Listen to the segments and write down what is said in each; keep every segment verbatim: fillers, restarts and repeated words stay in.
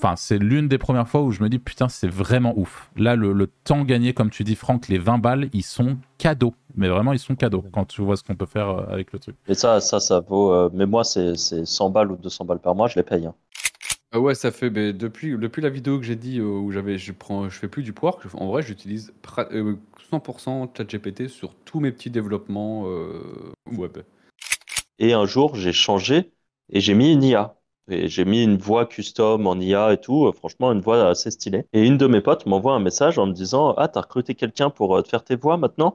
enfin, c'est l'une des premières fois où je me dis putain, c'est vraiment ouf. Là, le, le temps gagné, comme tu dis, Franck, les vingt balles, ils sont cadeaux. Mais vraiment, ils sont cadeaux quand tu vois ce qu'on peut faire euh, avec le truc. Et ça, ça, ça vaut. euh, mais moi, c'est c'est cent balles ou deux cents balles par mois, je les paye. Hein. Ah ouais, ça fait ben, depuis, depuis la vidéo que j'ai dit euh, où j'avais, je prends, je fais plus du poire. En vrai, j'utilise pra- euh, cent pour cent ChatGPT sur tous mes petits développements euh, web. Et un jour, j'ai changé et j'ai mis une I A. Et j'ai mis une voix custom en I A et tout. euh, Franchement, une voix assez stylée. Et une de mes potes m'envoie un message en me disant, ah, t'as recruté quelqu'un pour euh, te faire tes voix maintenant?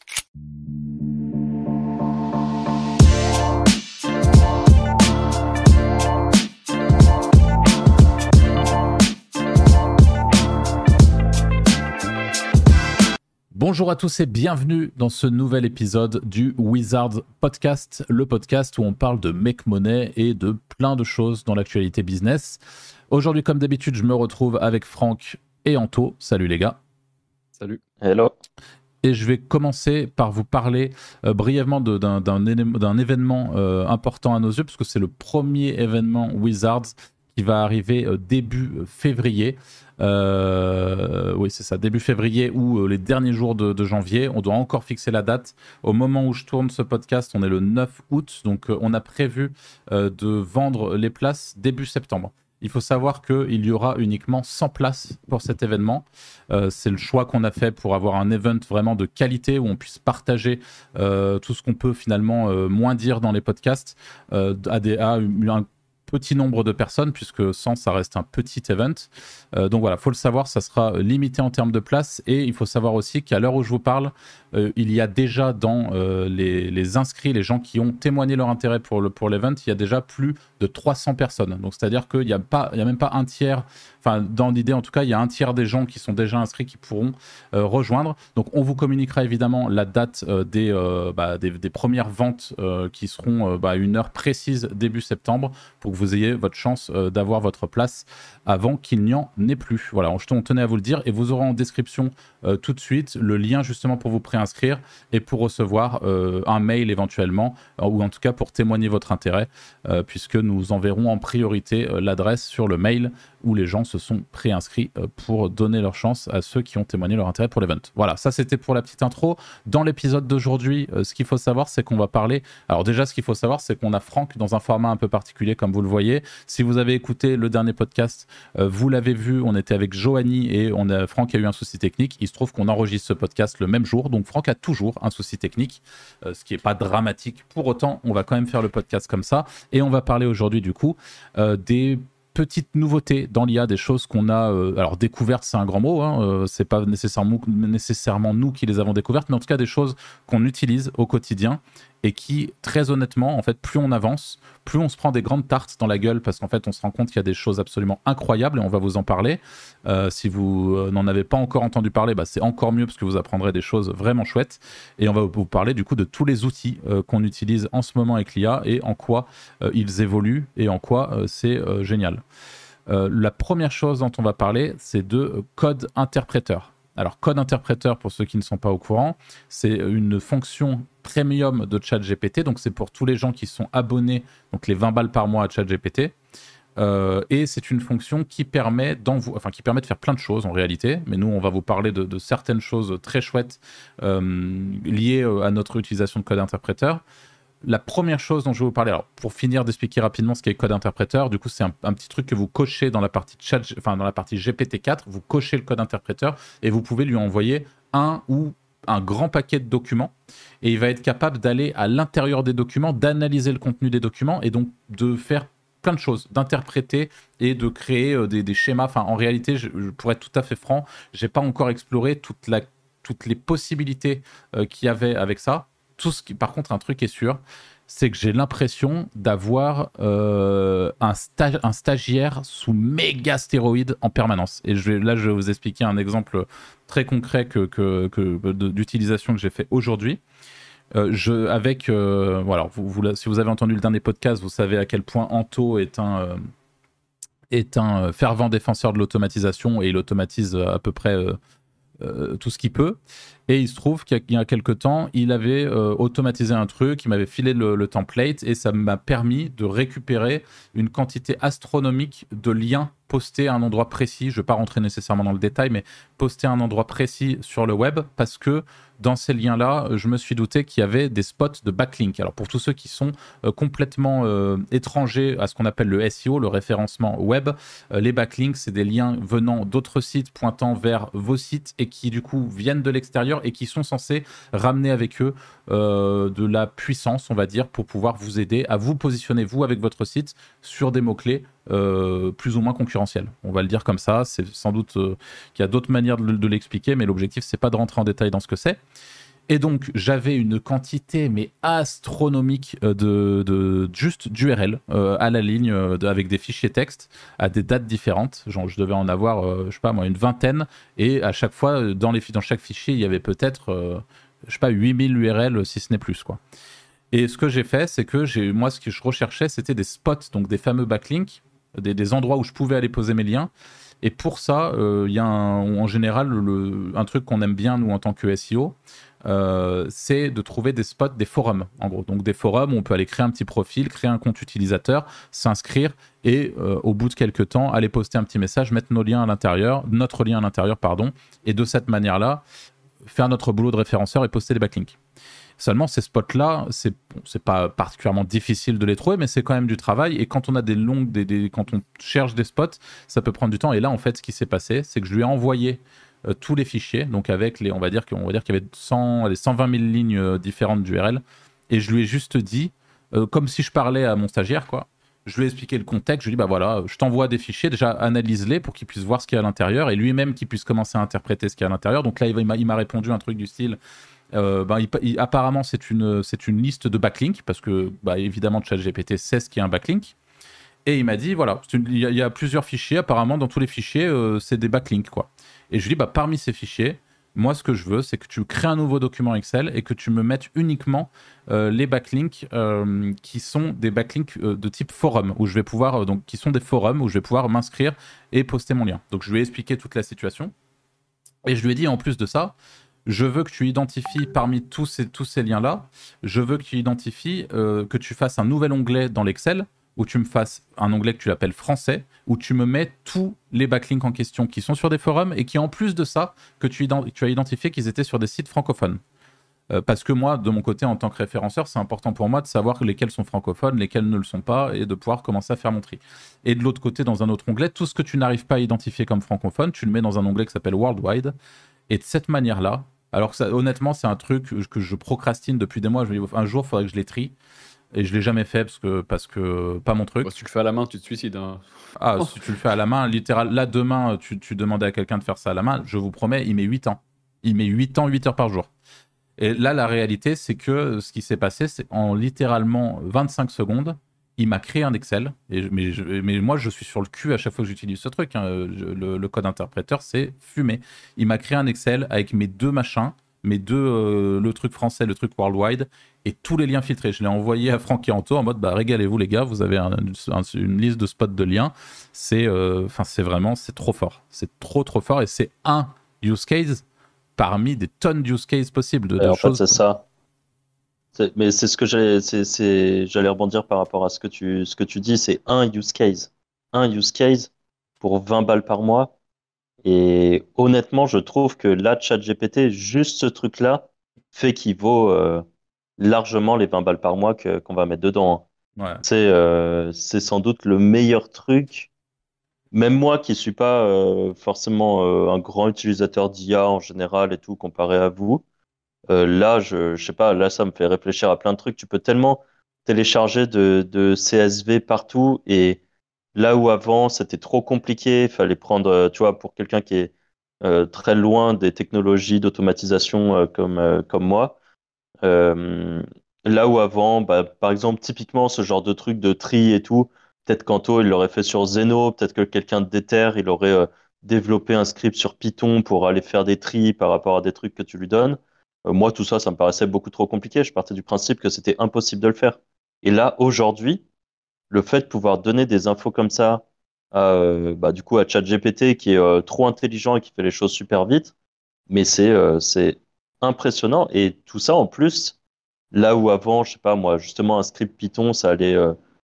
Bonjour à tous et bienvenue dans ce nouvel épisode du Wizard Podcast, le podcast où on parle de make money et de plein de choses dans l'actualité business. Aujourd'hui, comme d'habitude, je me retrouve avec Franck et Anto. Salut les gars. Salut. Hello. Et je vais commencer par vous parler euh, brièvement de, d'un, d'un, éne- d'un événement euh, important à nos yeux, parce que c'est le premier événement Wizards qui va arriver euh, début février. Euh, oui, c'est ça, début février ou euh, les derniers jours de, de janvier. On doit encore fixer la date. Au moment où je tourne ce podcast, on est le neuf août, donc euh, on a prévu euh, de vendre les places début septembre. Il faut savoir qu'il y aura uniquement cent places pour cet événement. Euh, c'est le choix qu'on a fait pour avoir un event vraiment de qualité où on puisse partager euh, tout ce qu'on peut finalement euh, moins dire dans les podcasts euh, à, des, à un petit nombre de personnes, puisque cent, ça reste un petit event. Euh, donc voilà, il faut le savoir, ça sera limité en termes de places. Et il faut savoir aussi qu'à l'heure où je vous parle, euh, il y a déjà dans euh, les, les inscrits, les gens qui ont témoigné leur intérêt pour, le, pour l'event, il y a déjà plus de trois cents personnes. Donc c'est-à-dire qu'il n'y a, pas, il y a même pas un tiers, enfin dans l'idée en tout cas, il y a un tiers des gens qui sont déjà inscrits qui pourront euh, rejoindre. Donc on vous communiquera évidemment la date euh, des, euh, bah, des, des premières ventes euh, qui seront euh, bah, à une heure précise début septembre pour que vous ayez votre chance euh, d'avoir votre place avant qu'il n'y en ait plus. Voilà, on, on tenait à vous le dire et vous aurez en description euh, tout de suite le lien justement pour vous préinscrire et pour recevoir euh, un mail éventuellement euh, ou en tout cas pour témoigner votre intérêt euh, puisque nous enverrons en priorité euh, l'adresse sur le mail où les gens se sont préinscrits euh, pour donner leur chance à ceux qui ont témoigné leur intérêt pour l'event. Voilà, ça c'était pour la petite intro. Dans l'épisode d'aujourd'hui, euh, ce qu'il faut savoir, c'est qu'on va parler... Alors déjà, ce qu'il faut savoir, c'est qu'on a Franck dans un format un peu particulier, comme vous le voyez. Si vous avez écouté le dernier podcast, euh, vous l'avez vu, on était avec Joanie et on a... Franck a eu un souci technique. Il se trouve qu'on enregistre ce podcast le même jour, donc Franck a toujours un souci technique, euh, ce qui n'est pas dramatique. Pour autant, on va quand même faire le podcast comme ça. Et on va parler aujourd'hui, du coup, euh, des petites nouveautés dans l'I A, des choses qu'on a, euh, alors découvertes c'est un grand mot, hein, euh, c'est pas nécessairement, nécessairement nous qui les avons découvertes, mais en tout cas des choses qu'on utilise au quotidien et qui, très honnêtement, en fait, plus on avance, plus on se prend des grandes tartes dans la gueule parce qu'en fait on se rend compte qu'il y a des choses absolument incroyables et on va vous en parler. Euh, si vous euh, n'en avez pas encore entendu parler, bah, c'est encore mieux parce que vous apprendrez des choses vraiment chouettes et on va vous parler du coup de tous les outils euh, qu'on utilise en ce moment avec l'I A et en quoi euh, ils évoluent et en quoi euh, c'est euh, génial. Euh, la première chose dont on va parler, c'est de code interpréteur. Alors, code interpréteur, pour ceux qui ne sont pas au courant, c'est une fonction premium de ChatGPT. Donc, c'est pour tous les gens qui sont abonnés, donc les vingt balles par mois à ChatGPT. Euh, et c'est une fonction qui permet, d'envo- enfin, qui permet de faire plein de choses en réalité. Mais nous, on va vous parler de, de certaines choses très chouettes euh, liées à notre utilisation de code interpréteur. La première chose dont je vais vous parler, alors pour finir d'expliquer rapidement ce qu'est code interpréteur, du coup c'est un, un petit truc que vous cochez dans la partie chat, enfin dans la partie G P T quatre, vous cochez le code interpréteur et vous pouvez lui envoyer un ou un grand paquet de documents et il va être capable d'aller à l'intérieur des documents, d'analyser le contenu des documents et donc de faire plein de choses, d'interpréter et de créer euh, des, des schémas. Enfin en réalité, je, je, pour être tout à fait franc, j'ai pas encore exploré toute la, toutes les possibilités euh, qu'il y avait avec ça. Tout ce qui, par contre, un truc est sûr, c'est que j'ai l'impression d'avoir euh, un, sta- un stagiaire sous méga stéroïdes en permanence. Et je vais, là, je vais vous expliquer un exemple très concret que, que, que, de, d'utilisation que j'ai fait aujourd'hui. Euh, je, avec, euh, voilà, vous, vous, si vous avez entendu le dernier podcast, vous savez à quel point Anto est un, euh, est un fervent défenseur de l'automatisation et il automatise à peu près euh, euh, tout ce qu'il peut. Et il se trouve qu'il y a quelques temps, il avait euh, automatisé un truc, il m'avait filé le, le template et ça m'a permis de récupérer une quantité astronomique de liens poster à un endroit précis. Je ne vais pas rentrer nécessairement dans le détail, mais poster à un endroit précis sur le web parce que dans ces liens-là, je me suis douté qu'il y avait des spots de backlink. Alors pour tous ceux qui sont euh, complètement euh, étrangers à ce qu'on appelle le S E O, le référencement web, euh, les backlinks, c'est des liens venant d'autres sites pointant vers vos sites et qui du coup viennent de l'extérieur et qui sont censés ramener avec eux euh, de la puissance, on va dire, pour pouvoir vous aider à vous positionner, vous, avec votre site, sur des mots-clés euh, plus ou moins concurrentiels. On va le dire comme ça. C'est sans doute euh, qu'il y a d'autres manières de, de l'expliquer, mais l'objectif, c'est pas de rentrer en détail dans ce que c'est. Et donc, j'avais une quantité, mais astronomique, de, de juste d'U R L euh, à la ligne, euh, de, avec des fichiers texte à des dates différentes. Genre, je devais en avoir, euh, je sais pas moi, une vingtaine. Et à chaque fois, dans, les, dans chaque fichier, il y avait peut-être, euh, je sais pas, huit mille U R L, si ce n'est plus, quoi. Et ce que j'ai fait, c'est que j'ai, moi, ce que je recherchais, c'était des spots, donc des fameux backlinks, des, des endroits où je pouvais aller poser mes liens. Et pour ça, il euh, y a un, en général le, un truc qu'on aime bien, nous, en tant que S E O, euh, c'est de trouver des spots, des forums, en gros. Donc des forums où on peut aller créer un petit profil, créer un compte utilisateur, s'inscrire et euh, au bout de quelques temps, aller poster un petit message, mettre nos liens à l'intérieur, notre lien à l'intérieur, pardon, et de cette manière-là, faire notre boulot de référenceur et poster des backlinks. Seulement, ces spots-là, c'est, bon, c'est pas particulièrement difficile de les trouver, mais c'est quand même du travail. Et quand on a des longues, des, des, quand on cherche des spots, ça peut prendre du temps. Et là, en fait, ce qui s'est passé, c'est que je lui ai envoyé euh, tous les fichiers, donc avec les, on va dire qu'on va dire qu'il y avait cent, allez, cent vingt mille lignes euh, différentes d'U R L, et je lui ai juste dit, euh, comme si je parlais à mon stagiaire, quoi. Je lui ai expliqué le contexte. Je lui ai dit, bah voilà, je t'envoie des fichiers, déjà analyse-les pour qu'il puisse voir ce qu'il y a à l'intérieur, et lui-même qu'il puisse commencer à interpréter ce qu'il y a à l'intérieur. Donc là, il m'a, il m'a répondu un truc du style. Euh, bah, il, il, apparemment, c'est une, c'est une liste de backlinks parce que, bah, évidemment, ChatGPT sait ce qu'est un backlink. Et il m'a dit, voilà, une, il, y a, il y a plusieurs fichiers. Apparemment, dans tous les fichiers, euh, c'est des backlinks, quoi. Et je lui dis, bah, parmi ces fichiers, moi, ce que je veux, c'est que tu crées un nouveau document Excel et que tu me mettes uniquement euh, les backlinks euh, qui sont des backlinks euh, de type forum, où je vais pouvoir, euh, donc, qui sont des forums où je vais pouvoir m'inscrire et poster mon lien. Donc, je lui ai expliqué toute la situation. Et je lui ai dit, en plus de ça, je veux que tu identifies parmi tous ces, tous ces liens-là, je veux que tu identifies, euh, que tu fasses un nouvel onglet dans l'Excel, où tu me fasses un onglet que tu appelles français, où tu me mets tous les backlinks en question qui sont sur des forums et qui, en plus de ça, que tu, ident- tu as identifié qu'ils étaient sur des sites francophones. Euh, parce que moi, de mon côté, en tant que référenceur, c'est important pour moi de savoir lesquels sont francophones, lesquels ne le sont pas, et de pouvoir commencer à faire mon tri. Et de l'autre côté, dans un autre onglet, tout ce que tu n'arrives pas à identifier comme francophone, tu le mets dans un onglet qui s'appelle Worldwide. Et de cette manière-là, alors que ça, honnêtement, c'est un truc que je procrastine depuis des mois. Je me dis, un jour, il faudrait que je les trie. Et je ne l'ai jamais fait parce que, parce que pas mon truc. Bon, si tu le fais à la main, tu te suicides. Hein. Ah, si tu le fais à la main, littéral, là, demain, tu, tu demandais à quelqu'un de faire ça à la main, je vous promets, il met huit ans. Il met huit ans, huit heures par jour. Et là, la réalité, c'est que ce qui s'est passé, c'est en littéralement vingt-cinq secondes, il m'a créé un Excel. Et, mais, je, mais moi, je suis sur le cul à chaque fois que j'utilise ce truc. Hein. Je, le, le code interpréteur, c'est fumé. Il m'a créé un Excel avec mes deux machins, mes deux, euh, le truc français, le truc worldwide, et tous les liens filtrés. Je l'ai envoyé à Franck et Anto en mode, bah, régalez-vous les gars, vous avez un, un, une liste de spots de liens. C'est, euh, c'est vraiment, c'est trop fort. C'est trop, trop fort. Et c'est un use case parmi des tonnes d'use cases possibles. De, de en choses... fait, c'est ça. C'est, mais c'est ce que j'allais, c'est, c'est, j'allais rebondir par rapport à ce que tu, ce que tu dis, c'est un use case. Un use case pour vingt balles par mois. Et honnêtement, je trouve que là, ChatGPT, juste ce truc-là, fait qu'il vaut euh, largement les vingt balles par mois que, qu'on va mettre dedans. Hein. Ouais. C'est, euh, c'est sans doute le meilleur truc. Même moi qui suis pas euh, forcément euh, un grand utilisateur d'I A en général et tout, comparé à vous, euh, là, je, je sais pas, là, ça me fait réfléchir à plein de trucs. Tu peux tellement télécharger de, de C S V partout et là où avant, c'était trop compliqué, il fallait prendre, euh, tu vois, pour quelqu'un qui est euh, très loin des technologies d'automatisation euh, comme, euh, comme moi, euh, là où avant, bah, par exemple, typiquement, ce genre de truc de tri et tout, peut-être qu'Anto, il l'aurait fait sur Zeno, peut-être que quelqu'un de déter, il aurait euh, développé un script sur Python pour aller faire des tris par rapport à des trucs que tu lui donnes. Euh, moi, tout ça, ça me paraissait beaucoup trop compliqué. Je partais du principe que c'était impossible de le faire. Et là, aujourd'hui, le fait de pouvoir donner des infos comme ça à, euh, bah, du coup, à ChatGPT qui est euh, trop intelligent et qui fait les choses super vite, mais c'est euh, c'est impressionnant. Et tout ça, en plus, là où avant, je sais pas moi, justement, un script Python, ça allait, euh,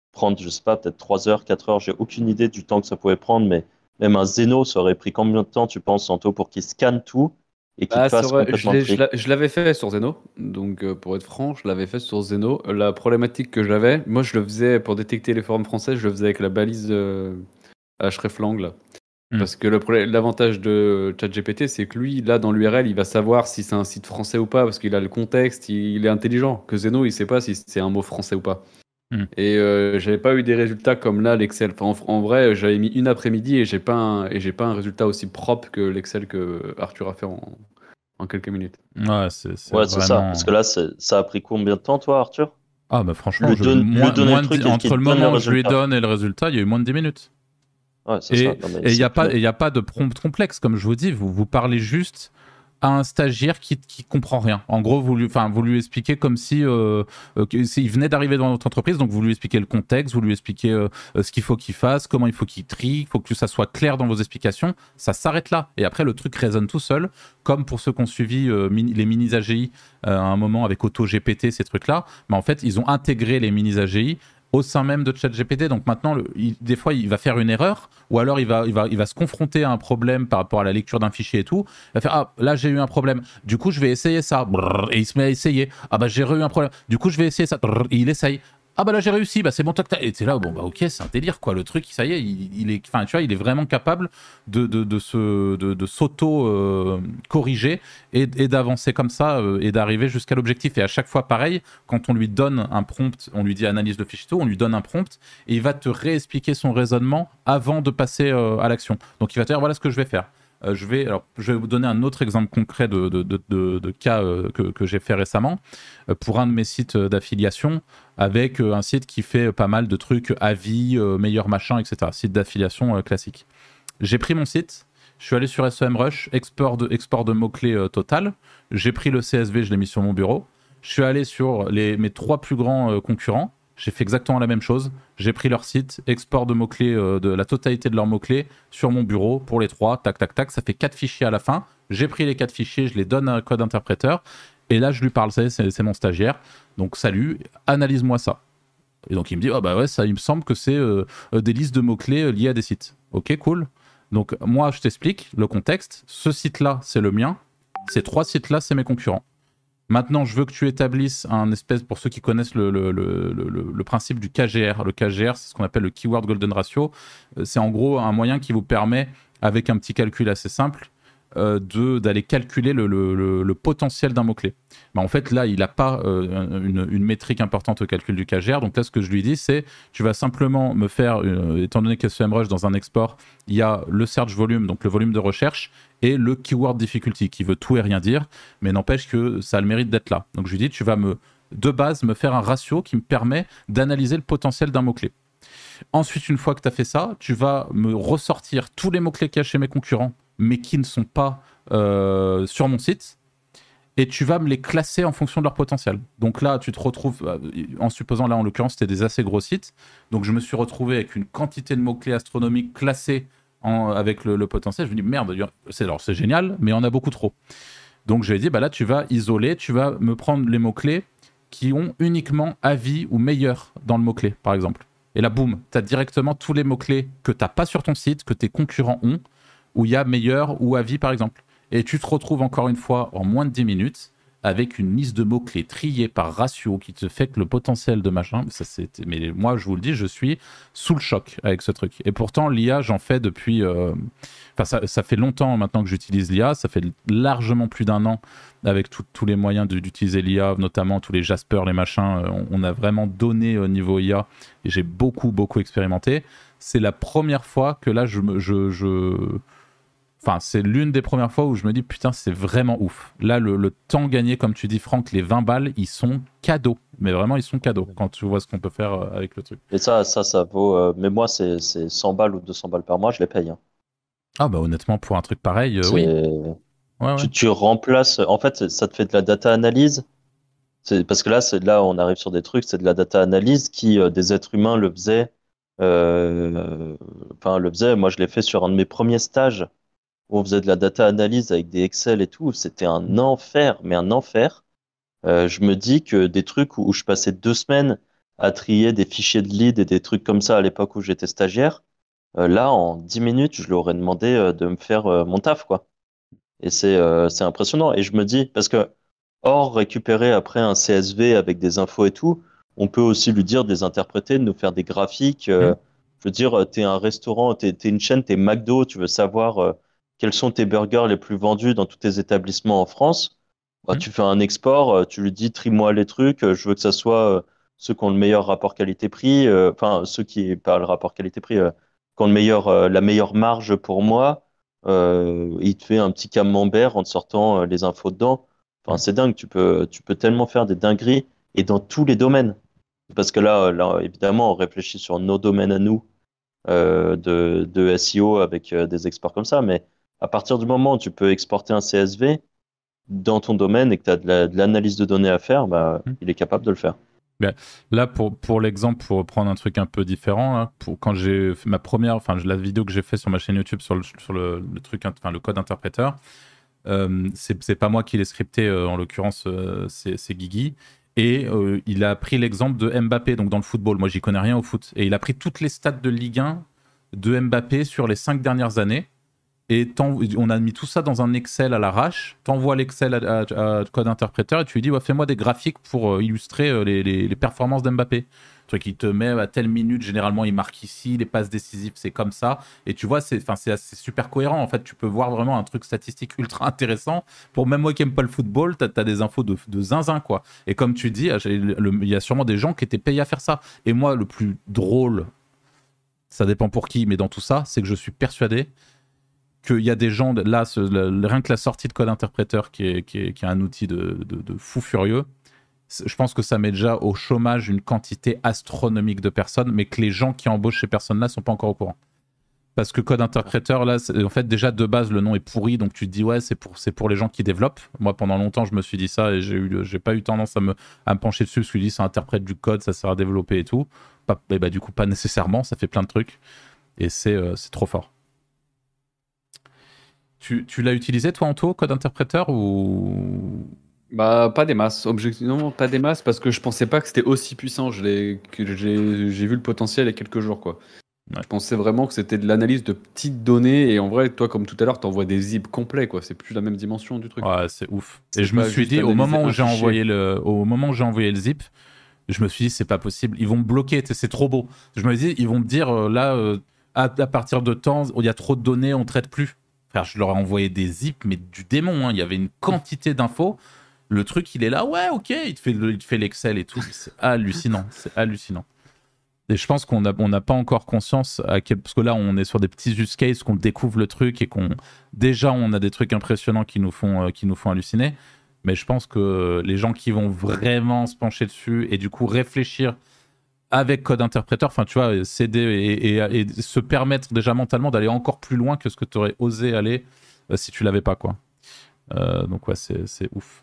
prendre, je sais pas, peut-être trois heures, quatre heures, j'ai aucune idée du temps que ça pouvait prendre, mais même un Zeno, ça aurait pris combien de temps, tu penses, Santo, pour qu'il scanne tout et qu'il te Ah, c'est fasse vrai, je complètement le l'ai- je tri? l'a- je l'avais fait sur Zeno, donc euh, pour être franc, je l'avais fait sur Zeno. Euh, La problématique que j'avais, moi je le faisais pour détecter les forums français, je le faisais avec la balise euh, hreflang là. Hmm. Parce que le problème- l'avantage de ChatGPT, c'est que lui, là dans l'U R L, il va savoir si c'est un site français ou pas, parce qu'il a le contexte, il, il est intelligent. Que Zeno, il sait pas si c'est un mot français ou pas. Hmm. Et euh, j'avais pas eu des résultats comme là, l'Excel. Enfin, en, en vrai, j'avais mis une après-midi et j'ai pas un, et j'ai pas un résultat aussi propre que l'Excel que Arthur a fait en, en quelques minutes. Ouais, c'est c'est Ouais, c'est ça. Parce vraiment. que là, c'est- ça a pris combien de temps, toi, Arthur? Ah, bah franchement, Lui, je, donne, lui moins, donner moins le de dix- truc et entre qu'il le te donne le moment où je lui résultat. donne et le résultat, il y a eu moins de dix minutes. Ouais, c'est ça. Et Non, mais il n'y c'est a, pas- plus- et y a pas de prompt complexe, comme je vous dis, vous, vous parlez juste à un stagiaire qui qui comprend rien. En gros, vous lui, enfin, vous lui expliquez comme si euh, euh, que- s'il venait d'arriver dans votre entreprise, donc vous lui expliquez le contexte, vous lui expliquez euh, euh, ce qu'il faut qu'il fasse, comment il faut qu'il trie, il faut que ça soit clair dans vos explications. Ça s'arrête là. Et après, le truc résonne tout seul, comme pour ceux qui ont suivi euh, mini- les minis A G I euh, à un moment avec AutoGPT, ces trucs-là. Mais en fait, ils ont intégré les minis A G I au sein même de ChatGPT. Donc maintenant, le, il- des fois, il va faire une erreur, ou alors il va, il, va, il va se confronter à un problème par rapport à la lecture d'un fichier et tout. Il va faire, ah, là, j'ai eu un problème. Du coup, je vais essayer ça. Brrr, et il se met à essayer. Ah, bah, j'ai eu un problème. Du coup, je vais essayer ça. Brrr, et il essaye. Ah, bah là, j'ai réussi. Bah, c'est bon, tac, tac. Et c'est là, bon, bah, ok, c'est un délire, quoi. Le truc, ça y est, il, il est, enfin, tu vois, il est vraiment capable de, de, de, se, de, de s'auto-corriger et, et d'avancer comme ça euh, et d'arriver jusqu'à l'objectif. Et à chaque fois, pareil, quand on lui donne un prompt, on lui dit analyse de fichier, on lui donne un prompt et il va te réexpliquer son raisonnement avant de passer euh, à l'action. Donc il va te dire voilà ce que je vais faire. Euh, je, vais, alors, je vais vous donner un autre exemple concret de, de, de, de, de cas euh, que, que j'ai fait récemment euh, pour un de mes sites d'affiliation avec euh, un site qui fait pas mal de trucs avis, euh, meilleur machin, et cetera. Site d'affiliation euh, classique. J'ai pris mon site, je suis allé sur SEMrush, export de, export de mots-clés euh, total. J'ai pris le C S V, je l'ai mis sur mon bureau. Je suis allé sur les, mes trois plus grands euh, concurrents. J'ai fait exactement la même chose. J'ai pris leur site, export de mots-clés, euh, de la totalité de leurs mots-clés sur mon bureau pour les trois. Tac, tac, tac. Ça fait quatre fichiers à la fin. J'ai pris les quatre fichiers, je les donne à un code interpréteur. Et là, je lui parle, c'est, c'est mon stagiaire. Donc, salut, analyse-moi ça. Et donc, il me dit, oh bah ouais, ça, il me semble que c'est euh, des listes de mots-clés euh, liées à des sites. Ok, cool. Donc, moi, je t'explique le contexte. Ce site-là, c'est le mien. Ces trois sites-là, c'est mes concurrents. Maintenant, je veux que tu établisses un espèce, pour ceux qui connaissent le, le, le, le, le principe du K G R. Le K G R, c'est ce qu'on appelle le Keyword Golden Ratio. C'est en gros un moyen qui vous permet, avec un petit calcul assez simple, euh, de, d'aller calculer le, le, le, le potentiel d'un mot-clé. Bah, en fait, là, il n'a pas euh, une, une métrique importante au calcul du K G R. Donc là, ce que je lui dis, c'est tu vas simplement me faire, euh, étant donné que SEMrush, dans un export, il y a le search volume, donc le volume de recherche, et le keyword difficulty, qui veut tout et rien dire, mais n'empêche que ça a le mérite d'être là. Donc je lui dis, tu vas me, de base, me faire un ratio qui me permet d'analyser le potentiel d'un mot-clé. Ensuite, une fois que tu as fait ça, tu vas me ressortir tous les mots-clés qu'il y a chez mes concurrents, mais qui ne sont pas euh, sur mon site, et tu vas me les classer en fonction de leur potentiel. Donc là, tu te retrouves, euh, en supposant, là en l'occurrence, c'était des assez gros sites, donc je me suis retrouvé avec une quantité de mots-clés astronomiques classés en, avec le, le potentiel. Je me dis, merde, c'est, alors c'est génial, mais on a beaucoup trop. Donc je lui ai dit, bah là, tu vas isoler, tu vas me prendre les mots-clés qui ont uniquement avis ou meilleur dans le mot-clé, par exemple. Et là, boum, tu as directement tous les mots-clés que tu n'as pas sur ton site, que tes concurrents ont, où il y a meilleur ou avis, par exemple. Et tu te retrouves encore une fois en moins de dix minutes avec une liste de mots-clés triés par ratio qui te fait que le potentiel de machin. Ça, c'est... Mais moi, je vous le dis, je suis sous le choc avec ce truc. Et pourtant, l'I A, j'en fais depuis... Euh... Enfin, ça, ça fait longtemps maintenant que j'utilise l'I A. Ça fait largement plus d'un an avec tous les moyens de, d'utiliser l'I A, notamment tous les Jasper, les machins. On, on a vraiment donné au niveau I A et j'ai beaucoup, beaucoup expérimenté. C'est la première fois que là, je... je, je... Enfin, c'est l'une des premières fois où je me dis, putain, c'est vraiment ouf. Là, le, le temps gagné, comme tu dis, Franck, les vingt balles, ils sont cadeaux. Mais vraiment, ils sont cadeaux quand tu vois ce qu'on peut faire avec le truc. Et ça, ça, ça vaut. Euh, mais moi, c'est, c'est cent balles ou deux cents balles par mois, je les paye. Hein. Ah, bah honnêtement, pour un truc pareil, euh, C'est... oui. Ouais, tu, ouais. tu remplaces. En fait, ça te fait de la data analyse. C'est, parce que là, c'est, là, on arrive sur des trucs, c'est de la data analyse qui, euh, des êtres humains le faisaient. Euh, Enfin, le faisaient. Moi, je l'ai fait sur un de mes premiers stages où on faisait de la data analyse avec des Excel et tout. C'était un enfer, mais un enfer. Euh, je me dis que des trucs où, où je passais deux semaines à trier des fichiers de lead et des trucs comme ça à l'époque où j'étais stagiaire. Euh, là, en dix minutes, je leur ai demandé euh, de me faire euh, mon taf, quoi. Et c'est euh, c'est impressionnant. Et je me dis, parce que hors récupérer après un C S V avec des infos et tout, on peut aussi lui dire de les interpréter, de nous faire des graphiques. Hmm. euh, je veux dire, t'es un restaurant, t'es, t'es une chaîne, t'es McDo, tu veux savoir euh, quels sont tes burgers les plus vendus dans tous tes établissements en France. Bah, Hmm. tu fais un export, euh, tu lui dis, trie-moi les trucs, euh, je veux que ça soit euh, ceux qui ont le meilleur rapport qualité-prix, euh, enfin, ceux qui, pas le rapport qualité-prix, euh, qui ont le meilleur, euh, la meilleure marge pour moi. Euh, il te fait un petit camembert en te sortant euh, les infos dedans. Enfin, Hmm. c'est dingue, tu peux, tu peux tellement faire des dingueries et dans tous les domaines. Parce que là, là, évidemment, on réfléchit sur nos domaines à nous euh, de, de S E O avec euh, des exports comme ça, mais à partir du moment où tu peux exporter un C S V dans ton domaine et que tu as de la- de l'analyse de données à faire, bah, Hmm. il est capable de le faire. Ben, là, pour, pour l'exemple, pour prendre un truc un peu différent, là, pour, quand j'ai fait ma première, enfin la vidéo que j'ai fait sur ma chaîne YouTube sur le, sur le, le truc, enfin le code interpréteur, euh, c'est c'est pas moi qui l'ai scripté, euh, en l'occurrence, euh, c'est c'est Guigui. Et euh, il a pris l'exemple de Mbappé, donc dans le football. Moi, j'y connais rien au foot. Et il a pris toutes les stats de Ligue un de Mbappé sur les cinq dernières années. Et on a mis tout ça dans un Excel à l'arrache. T'envoies l'Excel à, à, à Code Interpréteur et tu lui dis ouais, fais-moi des graphiques pour euh, illustrer euh, les, les, les performances d'Mbappé. Truc qui te met à telle minute, généralement il marque ici, les passes décisives c'est comme ça. Et tu vois, c'est, c'est, c'est super cohérent. En fait, tu peux voir vraiment un truc statistique ultra intéressant. Pour même moi qui n'aime pas le football, t'as as des infos de, de zinzin, quoi. Et comme tu dis, il y a sûrement des gens qui étaient payés à faire ça. Et moi, le plus drôle, ça dépend pour qui, mais dans tout ça, c'est que je suis persuadé qu'il y a des gens, là, ce, le, rien que la sortie de Code Interpréteur, qui est, qui est, qui est un outil de, de, de fou furieux, je pense que ça met déjà au chômage une quantité astronomique de personnes, mais que les gens qui embauchent ces personnes-là ne sont pas encore au courant. Parce que Code Interpréteur, là, en fait, déjà de base, le nom est pourri, donc tu te dis, ouais, c'est pour, c'est pour les gens qui développent. Moi, pendant longtemps, je me suis dit ça et j'ai, eu, j'ai pas eu tendance à me, à me pencher dessus, parce que je me suis dit, ça interprète du code, ça sert à développer et tout. Pas, et bah, du coup, pas nécessairement, ça fait plein de trucs. Et c'est, euh, c'est trop fort. Tu, tu l'as utilisé, toi, Anto, Code Interpréteur ou... Bah, pas des masses. Objectivement, pas des masses parce que je pensais pas que c'était aussi puissant. Je l'ai, que j'ai, j'ai vu le potentiel il y a quelques jours, quoi. Ouais. Je pensais vraiment que c'était de l'analyse de petites données et en vrai, toi, comme tout à l'heure, t'envoies des zips complets, quoi. C'est plus la même dimension du truc. Ouais, c'est ouf. C'est Et je me pas suis juste dit, au analyser moment où un j'ai fichier. envoyé le, au moment où j'ai envoyé le zip, je me suis dit, c'est pas possible. Ils vont me bloquer, c'est trop beau. Je me dis, ils vont me dire, euh, là, euh, à, à partir de temps, il y a trop de données, on traite plus. Frère, je leur ai envoyé des zips, mais du démon. Hein. Il y avait une quantité d'infos. Le truc, il est là, ouais, ok, il te fait, le, il te fait l'Excel et tout. C'est hallucinant, c'est hallucinant. Et je pense qu'on n'a on n'a pas encore conscience, à quel, parce que là, on est sur des petits use cases, qu'on découvre le truc et qu'on. Déjà, on a des trucs impressionnants qui nous font, euh, qui nous font halluciner. Mais je pense que les gens qui vont vraiment se pencher dessus et du coup réfléchir avec Code Interpréteur, enfin, tu vois, s'aider et, et, et se permettre déjà mentalement d'aller encore plus loin que ce que tu aurais osé aller euh, si tu l'avais pas, quoi. Euh, donc, ouais, c'est, c'est ouf.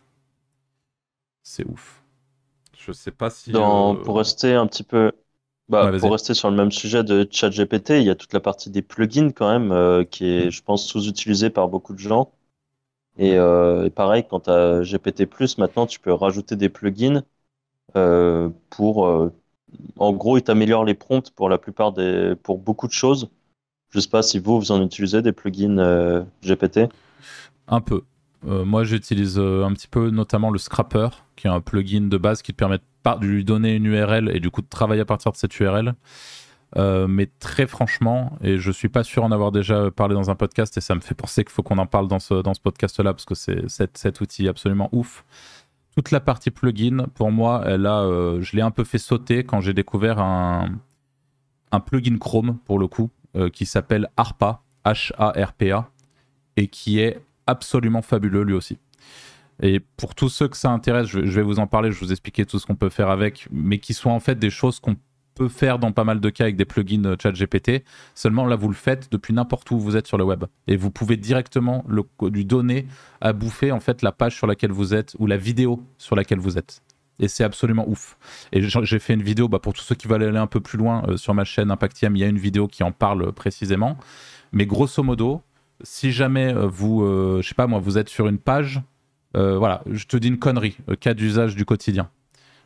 C'est ouf. Je sais pas si. Dans, Euh... pour rester un petit peu, bah, Ouais, pour vas-y. rester sur le même sujet de ChatGPT, il y a toute la partie des plugins quand même euh, qui est, Mm. je pense, sous-utilisée par beaucoup de gens. Ouais. Et, euh, et pareil, quand tu as G P T plus, maintenant, tu peux rajouter des plugins euh, pour, euh, en gros, il t'améliore les prompts pour la plupart des, pour beaucoup de choses. Je sais pas si vous, vous en utilisez des plugins euh, G P T. Un peu. Euh, moi, j'utilise euh, un petit peu notamment le Scrapper, qui est un plugin de base qui te permet de lui donner une U R L et du coup de travailler à partir de cette U R L. Euh, mais très franchement, et je suis pas sûr en avoir déjà parlé dans un podcast, et ça me fait penser qu'il faut qu'on en parle dans ce, dans ce podcast-là, parce que c'est cet, cet outil absolument ouf. Toute la partie plugin, pour moi, elle a, euh, je l'ai un peu fait sauter quand j'ai découvert un, un plugin Chrome, pour le coup, euh, qui s'appelle Harpa, H A R P A, et qui est absolument fabuleux lui aussi. Et pour tous ceux que ça intéresse, je vais vous en parler, je vais vous expliquer tout ce qu'on peut faire avec, mais qui sont en fait des choses qu'on peut faire dans pas mal de cas avec des plugins ChatGPT. Seulement là, vous le faites depuis n'importe où vous êtes sur le web. Et vous pouvez directement le, lui donner à bouffer en fait la page sur laquelle vous êtes ou la vidéo sur laquelle vous êtes. Et c'est absolument ouf. Et j'ai fait une vidéo, bah, pour tous ceux qui veulent aller un peu plus loin euh, sur ma chaîne Impactium, il y a une vidéo qui en parle précisément. Mais grosso modo, si jamais vous, euh, je sais pas moi, vous êtes sur une page, euh, voilà, je te dis une connerie, euh, cas d'usage du quotidien.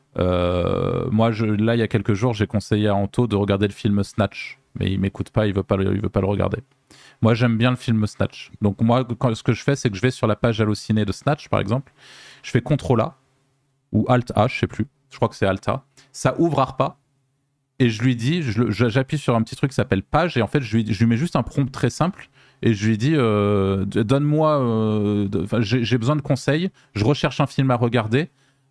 Euh, moi, je, là, il y a quelques jours, j'ai conseillé à Anto de regarder le film Snatch, mais il m'écoute pas, il veut pas, le, il veut pas le regarder. Moi, j'aime bien le film Snatch. Donc moi, quand, ce que je fais, c'est que je vais sur la page Allociné de Snatch, par exemple, je fais contrôle A ou Alt A, je sais plus. Je crois que c'est Alt A. Ça ouvre ARPA et je lui dis, je- je- j'appuie sur un petit truc qui s'appelle page et en fait, je lui, je lui mets juste un prompt très simple et je lui dis, euh, donne-moi, euh, de- enfin, j'ai j'ai besoin de conseils, je recherche un film à regarder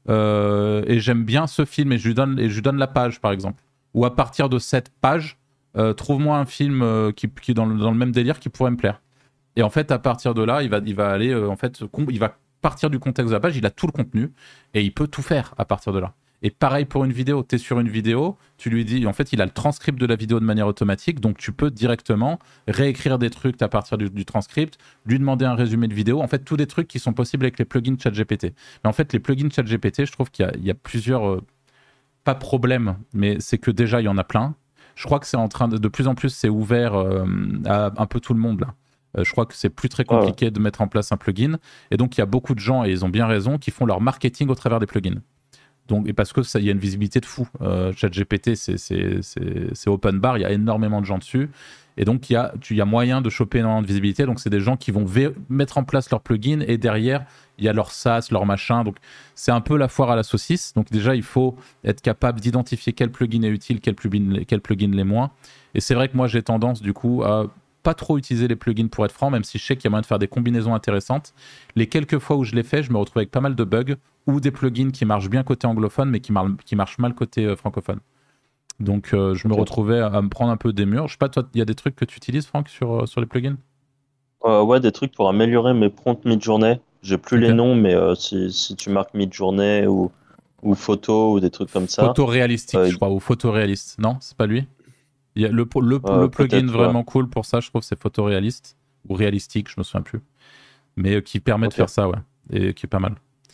euh, et j'aime bien ce film et je lui donne, et je lui donne la page, par exemple. Ou à partir de cette page, euh, trouve-moi un film euh, qui, qui est dans le, dans le même délire qui pourrait me plaire. Et en fait, à partir de là, il va, il va aller, euh, en fait, com- il va partir du contexte de la page, il a tout le contenu et il peut tout faire à partir de là. Et pareil pour une vidéo, tu es sur une vidéo, tu lui dis, en fait, il a le transcript de la vidéo de manière automatique, donc tu peux directement réécrire des trucs à partir du, du transcript, lui demander un résumé de vidéo, en fait, tous des trucs qui sont possibles avec les plugins ChatGPT. Mais en fait, les plugins ChatGPT, je trouve qu'il y a, il y a plusieurs, euh, pas problèmes, mais c'est que déjà, il y en a plein. Je crois que c'est en train de, de plus en plus, c'est ouvert euh, à un peu tout le monde, là. Euh, je crois que c'est plus très Ouais, ouais. compliqué de mettre en place un plugin. Et donc, il y a beaucoup de gens, et ils ont bien raison, qui font leur marketing au travers des plugins. Donc, et parce que ça, il y a une visibilité de fou. Euh, ChatGPT, c'est, c'est, c'est, c'est open bar, il y a énormément de gens dessus. Et donc, il y a, tu, il y a moyen de choper énormément de visibilité. Donc, c'est des gens qui vont vé- mettre en place leur plugin et derrière, il y a leur SaaS, leur machin. Donc, c'est un peu la foire à la saucisse. Donc, déjà, il faut être capable d'identifier quel plugin est utile, quel plugin, quel plugin l'est moins. Et c'est vrai que moi, j'ai tendance, du coup, à pas trop utiliser les plugins pour être franc, même si je sais qu'il y a moyen de faire des combinaisons intéressantes. Les quelques fois où je l'ai fait, je me retrouve avec pas mal de bugs ou des plugins qui marchent bien côté anglophone, mais qui, mar- qui marchent mal côté euh, francophone. Donc, euh, je me Ok. retrouvais à, à me prendre un peu des murs. Je sais pas, toi, il y a des trucs que tu utilises, Franck, sur, euh, sur les plugins? Euh, ouais, des trucs pour améliorer mes prompts mid-journée. J'ai plus Ok. les noms, mais euh, si, si tu marques mid-journée ou, ou photo ou des trucs comme ça, Photoréalistique, euh, je crois, ou photoréaliste. Non, c'est pas lui. Il y a le, le, euh, le plugin peut-être, ouais. vraiment cool pour ça, je trouve, c'est photoréaliste ou réalistique, je me souviens plus. Mais euh, qui permet de Ok. faire ça, ouais. Et qui est pas mal.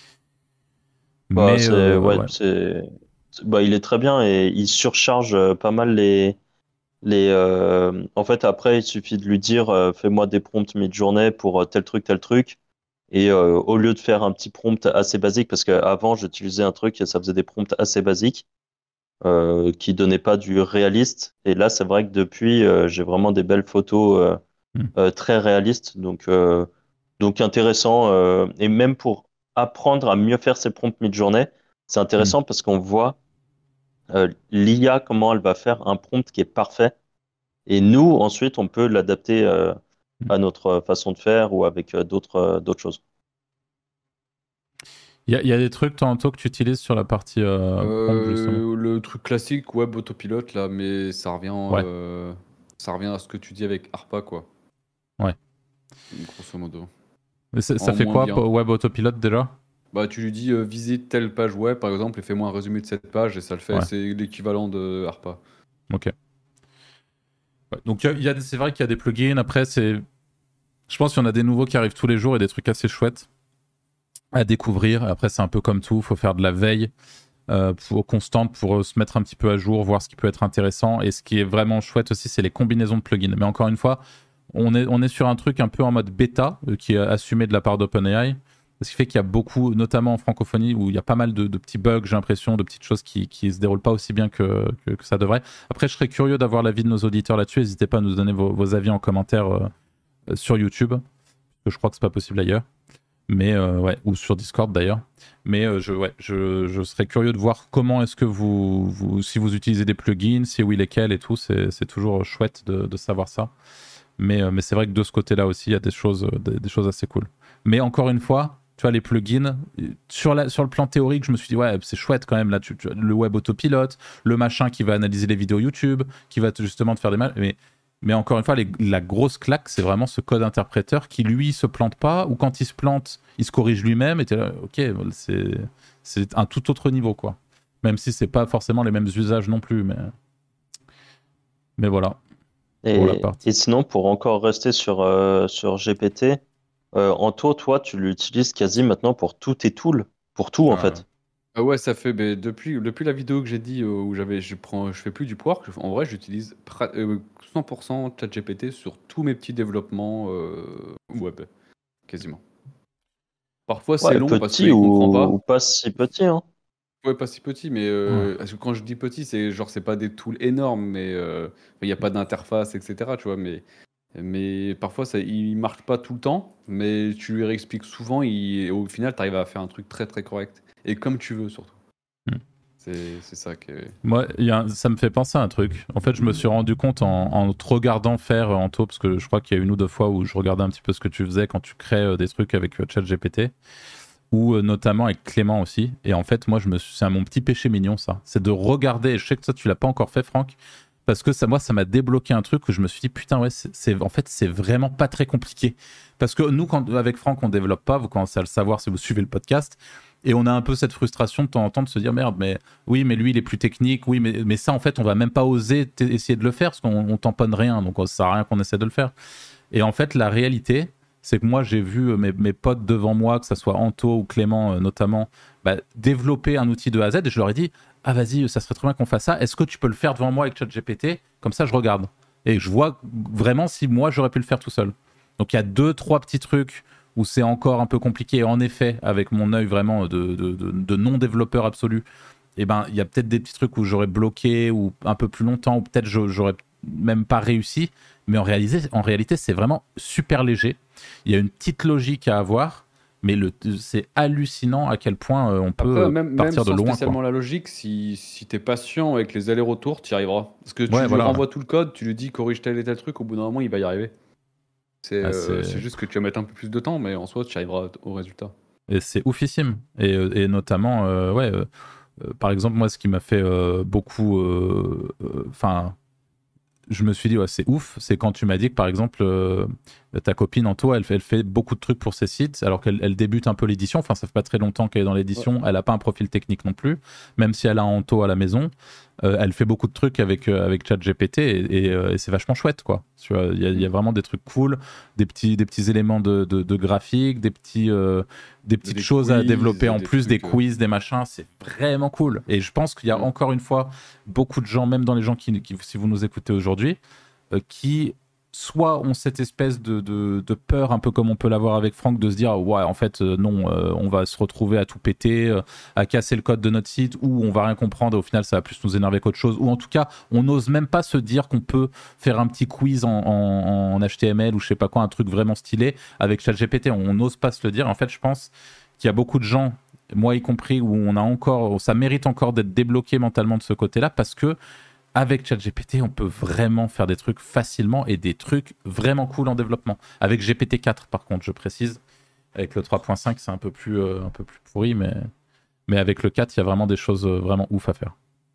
Bah, Mais c'est, euh, ouais, ouais. c'est, c'est- bah, il est très bien et il surcharge euh, pas mal les, les, euh, en fait, après, il suffit de lui dire, euh, fais-moi des prompts mid-journée pour euh, tel truc, tel truc. Et euh, au lieu de faire un petit prompt assez basique, parce qu'avant, j'utilisais un truc et ça faisait des prompts assez basiques, euh, qui donnaient pas du réaliste. Et là, c'est vrai que depuis, euh, j'ai vraiment des belles photos euh, Hmm. euh, très réalistes. Donc, euh, donc intéressant. Euh, et même pour apprendre à mieux faire ses prompts mid-journée, c'est Hmm. intéressant parce qu'on voit euh, l'I A, comment elle va faire un prompt qui est parfait. Et nous, ensuite, on peut l'adapter euh, Hmm. à notre façon de faire ou avec euh, d'autres euh, d'autres choses. Il y, a- il y a des trucs, tantôt, que tu utilises sur la partie euh, prompt, justement. Euh, le truc classique web autopilote là, mais ça revient, Ouais, euh, ça revient à ce que tu dis avec ARPA quoi, ouais. grosso modo. Mais c'est- ça En fait moins quoi, bien. pour Web Autopilot, déjà? Bah tu lui dis euh, visite telle page web par exemple et fais-moi un résumé de cette page et ça le fait. Ouais, C'est l'équivalent de ARPA. ok. Ouais. Donc, il y a- il y a des- c'est vrai qu'il y a des plugins. Après, c'est... je pense qu'il y en a des nouveaux qui arrivent tous les jours et des trucs assez chouettes à découvrir. Après, c'est un peu comme tout, il faut faire de la veille euh, pour, constante pour euh, se mettre un petit peu à jour, voir ce qui peut être intéressant. Et ce qui est vraiment chouette aussi, c'est les combinaisons de plugins. Mais encore une fois, on est, on est sur un truc un peu en mode bêta euh, qui est assumé de la part d'OpenAI. Ce qui fait qu'il y a beaucoup, notamment en francophonie, où il y a pas mal de, de petits bugs, j'ai l'impression, de petites choses qui ne se déroulent pas aussi bien que, que, que ça devrait. Après, je serais curieux d'avoir l'avis de nos auditeurs là-dessus. N'hésitez pas à nous donner vos, vos avis en commentaire euh, euh, sur YouTube, parce que je crois que c'est pas possible ailleurs. Mais euh, ouais, ou sur Discord d'ailleurs. Mais euh, je, ouais, je, je serais curieux de voir comment est-ce que vous, vous, si vous utilisez des plugins, si oui lesquels et tout. C'est, c'est toujours chouette de, de savoir ça. Mais, euh, mais c'est vrai que de ce côté-là aussi, il y a des choses, euh, des, des choses assez cool. Mais encore une fois, tu vois, les plugins, sur, la, sur le plan théorique, je me suis dit, ouais, c'est chouette quand même, là, tu, tu, le web autopilote, le machin qui va analyser les vidéos YouTube, qui va te, justement te faire des mal. Mais, mais encore une fois, les, la grosse claque, c'est vraiment ce code interpréteur qui, lui, se plante pas, ou quand il se plante, il se corrige lui-même, et t'es là, ok, c'est, c'est un tout autre niveau, quoi. Même si c'est pas forcément les mêmes usages non plus, mais, mais voilà, pour la Et, partie. et sinon, pour encore rester sur, euh, sur G P T, euh, Anto, toi, tu l'utilises quasi maintenant pour tous tes tools, pour tout en Ah, fait. ah ouais, ça fait ben, depuis, depuis la vidéo que j'ai dit euh, où j'avais, je prends, je fais plus du poire. En vrai, j'utilise pra- euh, cent pour cent ChatGPT sur tous mes petits développements euh, web, quasiment. Parfois, c'est Ouais, long parce petit qu'il comprend ou, ou pas. pas si petit, hein. Ouais, pas si petit, mais Ouais. euh, parce que quand je dis petit, c'est genre c'est pas des tools énormes, mais euh, il n'y a pas d'interface, et cetera. Tu vois, mais mais parfois ça, il marche pas tout le temps, mais tu lui réexpliques souvent, il- et au final, tu arrives à faire un truc très très correct et comme tu veux surtout. Mm. C'est c'est ça que. Moi, il y a un- ça me fait penser à un truc. En fait, je me suis rendu compte en, en te regardant faire euh, Anto, parce que je crois qu'il y a une ou deux fois où je regardais un petit peu ce que tu faisais quand tu crées euh, des trucs avec euh, ChatGPT, ou euh, notamment avec Clément aussi. Et en fait, moi, je me suis... c'est un- mon petit péché mignon, ça. C'est de regarder, et je sais que toi, tu l'as pas encore fait, Franck, parce que ça, moi, ça m'a débloqué un truc où je me suis dit, putain, ouais, c'est, c'est- en fait, c'est vraiment pas très compliqué. Parce que nous, quand, avec Franck, on développe pas, vous commencez à le savoir si vous suivez le podcast, et on a un peu cette frustration de temps en temps de se dire, merde, mais oui, mais lui, il est plus technique, oui, mais, mais ça, en fait, on va même pas oser t- essayer de le faire, parce qu'on on tamponne rien, donc ça sert à rien qu'on essaie de le faire. Et en fait, la réalité, c'est que moi, j'ai vu euh, mes, mes potes devant moi, que ce soit Anto ou Clément euh, notamment, bah, développer un outil de A à Z, et je leur ai dit, ah vas-y, ça serait trop bien qu'on fasse ça, est-ce que tu peux le faire devant moi avec ChatGPT? Comme ça, je regarde. Et je vois vraiment si moi, j'aurais pu le faire tout seul. Donc il y a deux, trois petits trucs où c'est encore un peu compliqué. Et en effet, avec mon œil vraiment de, de, de, de non-développeur absolu, eh ben, il y a peut-être des petits trucs où j'aurais bloqué ou un peu plus longtemps, ou peut-être je- j'aurais même pas réussi. Mais en réalité, en réalité, c'est vraiment super léger. Il y a une petite logique à avoir, mais le, c'est hallucinant à quel point euh, on peut Après, euh, même, même partir de sans loin, spécialement quoi. la logique, si, si t'es patient avec les allers-retours, tu y arriveras. Parce que tu Ouais, lui voilà. renvoies tout le code, tu lui dis corrige tel et tel truc, au bout d'un moment, il va y arriver. C'est Ah, euh, c'est c'est... juste que tu vas mettre un peu plus de temps, mais en soi, tu arriveras au résultat. Et c'est oufissime. Et, euh, et notamment, euh, ouais, euh, euh, par exemple, moi, ce qui m'a fait euh, beaucoup. Enfin. Euh, euh, je me suis dit, ouais, c'est ouf. C'est quand tu m'as dit que, par exemple, euh, ta copine Anto, elle fait, elle fait beaucoup de trucs pour ses sites, alors qu'elle elle débute un peu l'édition. Enfin, ça fait pas très longtemps qu'elle est dans l'édition. Ouais. Elle a pas un profil technique non plus, même si elle a Anto à la maison. Euh, elle fait beaucoup de trucs avec, euh, avec ChatGPT et, et, euh, et c'est vachement chouette, quoi. Tu vois, il y, a- il y a Mm. vraiment des trucs cool, des petits, des petits éléments de, de, de graphique, des, petits, euh, des petites Des choses à quiz, développer en des plus, des trucs. euh, quiz, des machins. C'est vraiment cool. Et je pense qu'il y a Mm. encore une fois beaucoup de gens, même dans les gens qui, qui si vous nous écoutez aujourd'hui, euh, qui soit ont cette espèce de, de, de peur, un peu comme on peut l'avoir avec Franck, de se dire ouais, en fait, euh, non, euh, on va se retrouver à tout péter, euh, à casser le code de notre site, ou on va rien comprendre et au final, ça va plus nous énerver qu'autre chose, ou en tout cas, on n'ose même pas se dire qu'on peut faire un petit quiz en, en, en H T M L ou je sais pas quoi, un truc vraiment stylé avec ChatGPT. On n'ose pas se le dire. En fait, je pense qu'il y a beaucoup de gens, moi y compris, où on a encore, ça mérite encore d'être débloqué mentalement de ce côté-là parce que avec ChatGPT, on peut vraiment faire des trucs facilement et des trucs vraiment cool en développement. Avec G P T quatre, par contre, je précise. Avec le trois point cinq, c'est un peu plus, euh, un peu plus pourri, mais, mais avec le quatre, il y a vraiment des choses euh, vraiment ouf à faire.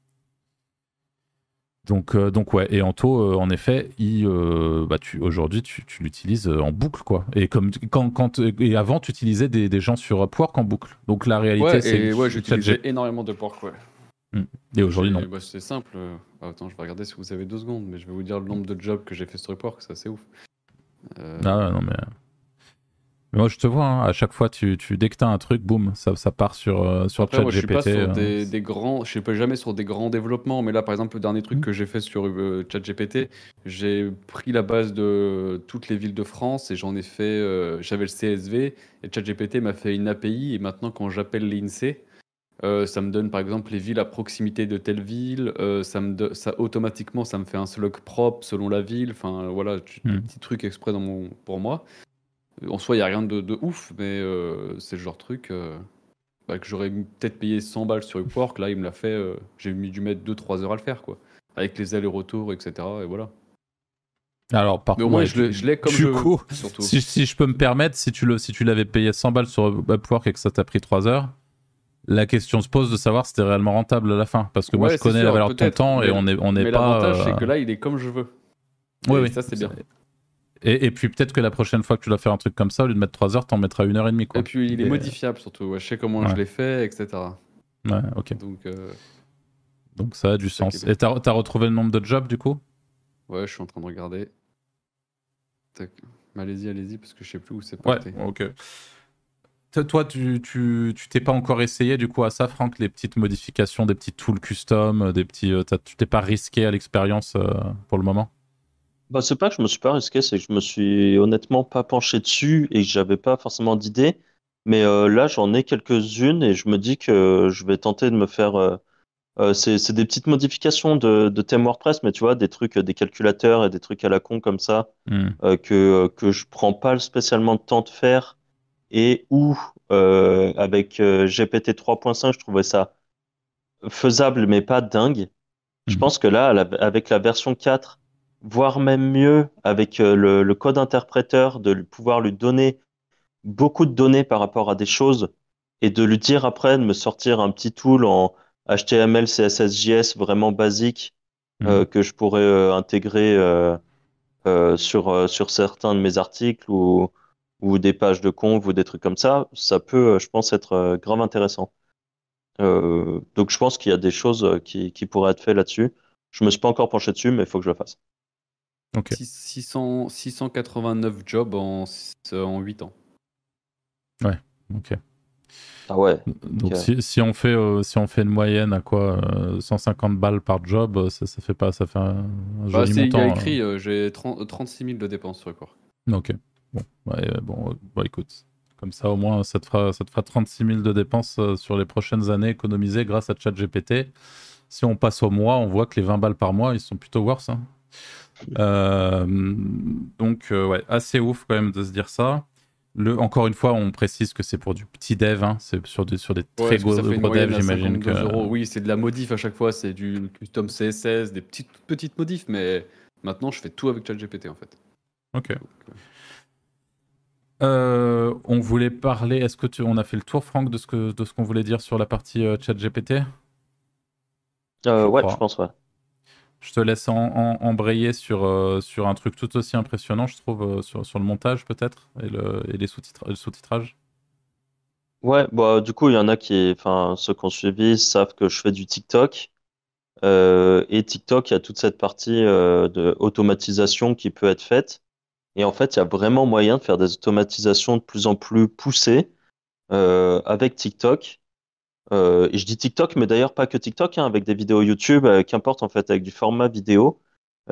Donc, euh, donc ouais, et Anto, euh, en effet, il, euh, bah, tu, aujourd'hui, tu, tu l'utilises euh, en boucle, quoi. Et, comme, quand, quand, et avant, tu utilisais des, des gens sur Upwork en boucle. Donc la réalité, Ouais, c'est et que ouais, tu- j'utilisais ChatG- énormément de porc, ouais. Hmm. Et aujourd'hui, non. J'ai- bah, c'est simple. euh, ah, attends, je vais regarder si vous avez deux secondes, mais je vais vous dire le nombre de jobs que j'ai fait sur Upwork, c'est assez ouf. Euh, Ah ouais, non, mais... mais moi, je te vois, hein, à chaque fois, tu, tu, dès que tu as un truc, boum, ça, ça part sur, euh, sur Après, moi, je suis pas ChatGPT. sur euh, des, des grands, je suis pas jamais sur des grands développements, mais là, par exemple, le dernier truc Mhm. que j'ai fait sur euh, ChatGPT, j'ai pris la base de toutes les villes de France et j'en ai fait, euh, j'avais le C S V et ChatGPT m'a fait une A P I et maintenant, quand j'appelle l'INSEE, euh, ça me donne par exemple les villes à proximité de telle ville, euh, ça me do- ça automatiquement, ça me fait un slug propre selon la ville, enfin voilà, tu- des Mhm. petits trucs exprès dans mon, pour moi. En soi, il n'y a rien de, de ouf, mais euh, c'est le genre de truc. euh, bah, que j'aurais peut-être payé cent balles sur Upwork, là il me l'a fait, euh, j'ai mis dû mettre deux trois heures à le faire quoi. Avec les allers-retours, et cetera. Et voilà. Alors, par Mais au contre, moins ouais, je l'ai du, je l'ai comme du je veux, coup, surtout. si, si je peux me permettre, si tu, le, si tu l'avais payé cent balles sur Upwork et que ça t'a pris trois heures, la question se pose de savoir si c'était réellement rentable à la fin. Parce que moi, Ouais, je c'est connais la sûr, valeur de ton peut-être. temps et Mais, on n'est on n'est mais pas. l'avantage, c'est euh, que là, il est comme je veux. Oui, Et oui. ça, c'est bien. Et, et puis peut-être que la prochaine fois que tu dois faire un truc comme ça, au lieu de mettre trois heures, t'en mettras une heure et demie. Quoi. Et puis, il est Et- modifiable surtout. Ouais, je sais comment Ouais, je l'ai fait, et cetera. ouais, ok. Donc, euh, Donc ça a du c'est ça qui est sens. bien. Et t'as as retrouvé le nombre de jobs du coup? Ouais, je suis en train de regarder. Tac. Mais allez-y, allez-y, parce que je sais plus où c'est Ouais, parti. ok. Toi, toi, tu tu tu t'es pas encore essayé du coup à ça, Franck, les petites modifications, des petits tools custom, des petits, euh, t'as- tu t'es pas risqué à l'expérience euh, pour le moment? Bah, c'est pas que je me suis pas risqué, c'est que je me suis honnêtement pas penché dessus et que j'avais pas forcément d'idée. Mais euh, là, j'en ai quelques-unes et je me dis que je vais tenter de me faire. euh, euh, c'est, c'est des petites modifications de, de thème WordPress, mais tu vois, des trucs, euh, des calculateurs et des trucs à la con comme ça, Hmm. euh, que, que je prends pas spécialement de temps de faire et où, euh, avec euh, G P T trois point cinq, je trouvais ça faisable, mais pas dingue. Je Mhm. pense que là, à la- avec la version quatre, voire même mieux, avec euh, le, le code interpréteur, de lui- pouvoir lui donner beaucoup de données par rapport à des choses et de lui dire après de me sortir un petit tool en H T M L, C S S, J S vraiment basique euh, Mhm. que je pourrais euh, intégrer euh, euh, sur, euh, sur certains de mes articles ou, ou des pages de conf ou des trucs comme ça, ça peut, euh, je pense, être euh, grave intéressant. Euh, donc je pense qu'il y a des choses euh, qui, qui pourraient être faites là-dessus. Je me suis pas encore penché dessus, mais il faut que je le fasse. Ok. Six- six cents six cent quatre-vingt-neuf jobs en, six- en huit ans. Ouais. Ok. Ah ouais. Donc Ok. si, si on fait euh, si on fait une moyenne à quoi euh, cent cinquante balles par job, euh, ça, ça fait pas ça fait un, un Bah, joli c'est, il y a montant. écrit, euh, j'ai trente trente-six mille de dépenses sur Upwork. euh. Ok. Bon. Ouais, euh, bon, euh, bah, écoute. Comme ça au moins ça te fera ça te fera trente-six mille de dépenses euh, sur les prochaines années économisées grâce à ChatGPT. Si on passe au mois, on voit que les vingt balles par mois, ils sont plutôt worth, hein. Euh, donc, euh, ouais, assez ouf quand même de se dire ça. Le, encore une fois, on précise que c'est pour du petit dev, hein, c'est sur des, sur des Ouais, très est-ce que gros, ça fait une gros devs, moyenne à j'imagine que. cinquante-deux euros? Oui, c'est de la modif à chaque fois, c'est du custom C S S, des petites, petites modifs, mais maintenant je fais tout avec ChatGPT en fait. Ok. Donc, euh, Euh, on voulait parler. Est-ce que tu, on a fait le tour, Franck, de ce que, de ce qu'on voulait dire sur la partie euh, ChatGPT? Euh, Je ouais, je crois. pense, ouais. Je te laisse en, en- embrayer sur, euh, sur un truc tout aussi impressionnant, je trouve, euh, sur, sur le montage peut-être et, le, et les sous-titres, le sous-titrage. Ouais, bah, du coup, il y en a qui, enfin, ceux qui ont suivi savent que je fais du TikTok. Euh, et TikTok, il y a toute cette partie euh, de automatisation qui peut être faite. Et en fait, il y a vraiment moyen de faire des automatisations de plus en plus poussées euh, avec TikTok. Euh, et je dis TikTok, mais d'ailleurs pas que TikTok, hein, avec des vidéos YouTube, euh, qu'importe en fait, avec du format vidéo.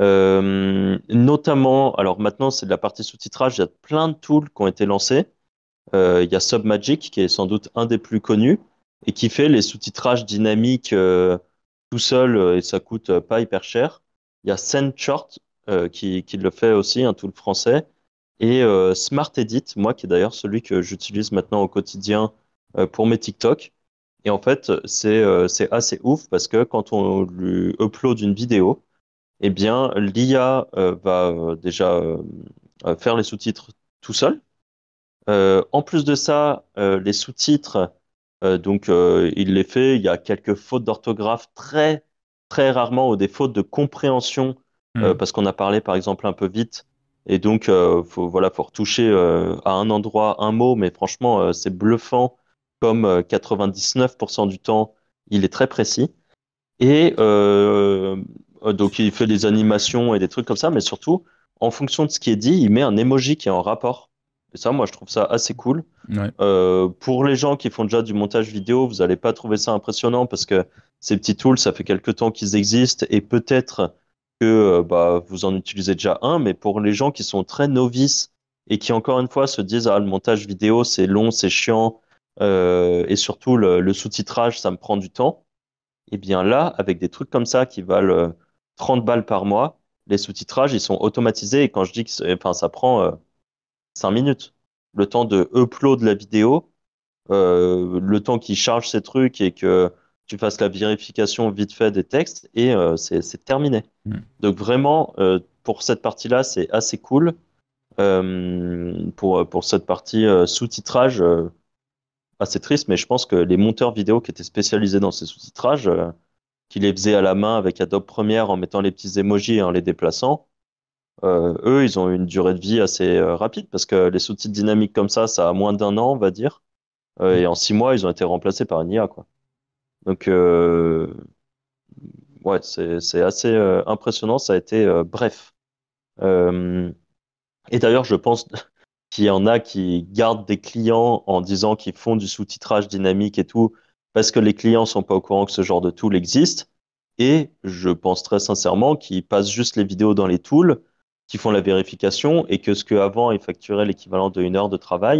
Euh, notamment, alors maintenant, c'est de la partie sous-titrage, il y a plein de tools qui ont été lancés. Euh, il y a Submagic, qui est sans doute un des plus connus, et qui fait les sous-titrages dynamiques euh, tout seul, euh, et ça coûte euh, pas hyper cher. Il y a SendShort, euh, qui, qui le fait aussi, un tool français. Et euh, Smart Edit, moi, qui est d'ailleurs celui que j'utilise maintenant au quotidien euh, pour mes TikTok. Et en fait, c'est euh, c'est assez ouf parce que quand on lui upload une vidéo, eh bien, l'I A euh, va euh, déjà euh, euh, faire les sous-titres tout seul. Euh, en plus de ça, euh, les sous-titres, euh, donc euh, il les fait. Il y a quelques fautes d'orthographe très très rarement ou des fautes de compréhension euh, Hmm. parce qu'on a parlé par exemple un peu vite et donc euh, faut voilà faut retoucher euh, à un endroit un mot, mais franchement euh, c'est bluffant comme euh, quatre-vingt-dix-neuf pour cent du temps il est très précis et euh, euh, donc il fait des animations et des trucs comme ça, mais surtout en fonction de ce qui est dit, il met un emoji qui est en rapport. Et ça, moi, je trouve ça assez cool. Ouais. Euh, pour les gens qui font déjà du montage vidéo, vous n'allez pas trouver ça impressionnant parce que ces petits tools, ça fait quelque temps qu'ils existent et peut-être que euh, bah, vous en utilisez déjà un, mais pour les gens qui sont très novices et qui, encore une fois, se disent, ah, le montage vidéo, c'est long, c'est chiant, euh, et surtout le, le sous-titrage, ça me prend du temps, et bien là, avec des trucs comme ça qui valent euh, trente balles par mois, les sous-titrages, ils sont automatisés et quand je dis que c'est- enfin, ça prend euh, cinq minutes. Le temps de upload la vidéo, euh, le temps qu'il charge ces trucs et que tu fasses la vérification vite fait des textes et euh, c'est c'est terminé. Hmm. Donc vraiment, euh, pour cette partie-là, c'est assez cool. Euh, pour, pour cette partie euh, sous-titrage, euh, assez triste, mais je pense que les monteurs vidéo qui étaient spécialisés dans ces sous-titrages, euh, qui les faisaient à la main avec Adobe Premiere en mettant les petits emojis et en les déplaçant, euh, eux, ils ont une durée de vie assez euh, rapide parce que les sous-titres dynamiques comme ça, ça a moins d'un an, on va dire. Euh, et en six mois, ils ont été remplacés par une I A, quoi. Donc, euh, ouais, c'est, c'est assez euh, impressionnant. Ça a été euh, bref. Euh, et d'ailleurs, je pense qu'il y en a qui gardent des clients en disant qu'ils font du sous-titrage dynamique et tout, parce que les clients sont pas au courant que ce genre de tool existe. Et je pense très sincèrement qu'ils passent juste les vidéos dans les tools, qui font la vérification, et que ce qu'avant ils facturaient l'équivalent d'une heure de travail,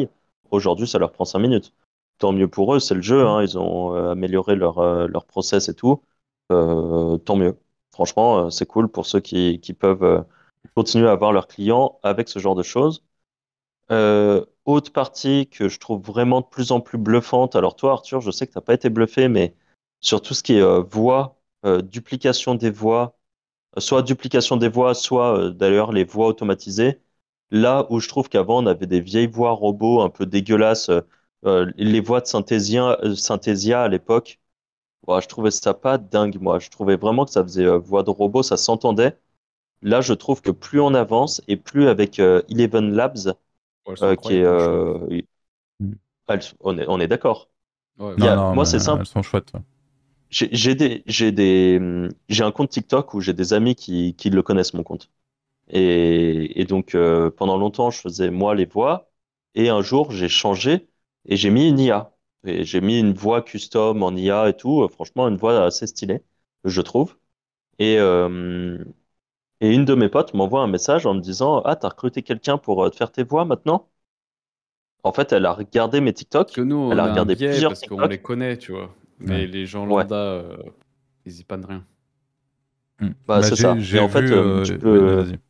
Aujourd'hui, ça leur prend cinq minutes. Tant mieux pour eux, c'est le jeu, hein, ils ont euh, amélioré leur, euh, leur process et tout. Euh, tant mieux. Franchement, euh, c'est cool pour ceux qui, qui peuvent euh, continuer à avoir leurs clients avec ce genre de choses. Euh, autre partie que je trouve vraiment de plus en plus bluffante. Alors toi, Arthur, je sais que t'as pas été bluffé, mais sur tout ce qui est euh, voix, euh, duplication des voix, euh, soit duplication des voix, soit euh, d'ailleurs les voix automatisées. Là où je trouve qu'avant on avait des vieilles voix robots un peu dégueulasses, euh, euh, les voix de Synthesia, euh, Synthesia à l'époque. Ouais, je trouvais ça pas dingue, moi. Je trouvais vraiment que ça faisait euh, voix de robot, ça s'entendait. Là, je trouve que plus on avance et plus avec euh, Eleven Labs, Ouais, elles sont euh, qui est, incroyables comme chose. euh, elles- on est, on est d'accord. Ouais, Il y Non, a, vraiment. non, moi, mais c'est simple. elles sont chouettes. Ouais. J'ai j'ai des, j'ai des, hum, j'ai un compte TikTok où j'ai des amis qui, qui le connaissent, mon compte. Et, et donc, euh, pendant longtemps, je faisais moi les voix. Et un jour, j'ai changé et j'ai mis une I A. Et j'ai mis une voix custom en I A et tout. Euh, Franchement, une voix assez stylée, je trouve. Et, euh, et une de mes potes m'envoie un message en me disant, ah, t'as recruté quelqu'un pour euh, te faire tes voix maintenant? En fait, elle a regardé mes Parce que TikTok. nous, Elle on a a un regardé biais plusieurs parce qu'on TikTok. les connaît, tu vois. Ouais. Mais les gens Ouais, lambda, euh, ils y pannent rien. Mm. bah, Bah, c'est j'ai, ça. Et j'ai en fait, vu. euh, tu Euh... Oui, peux. vas-y.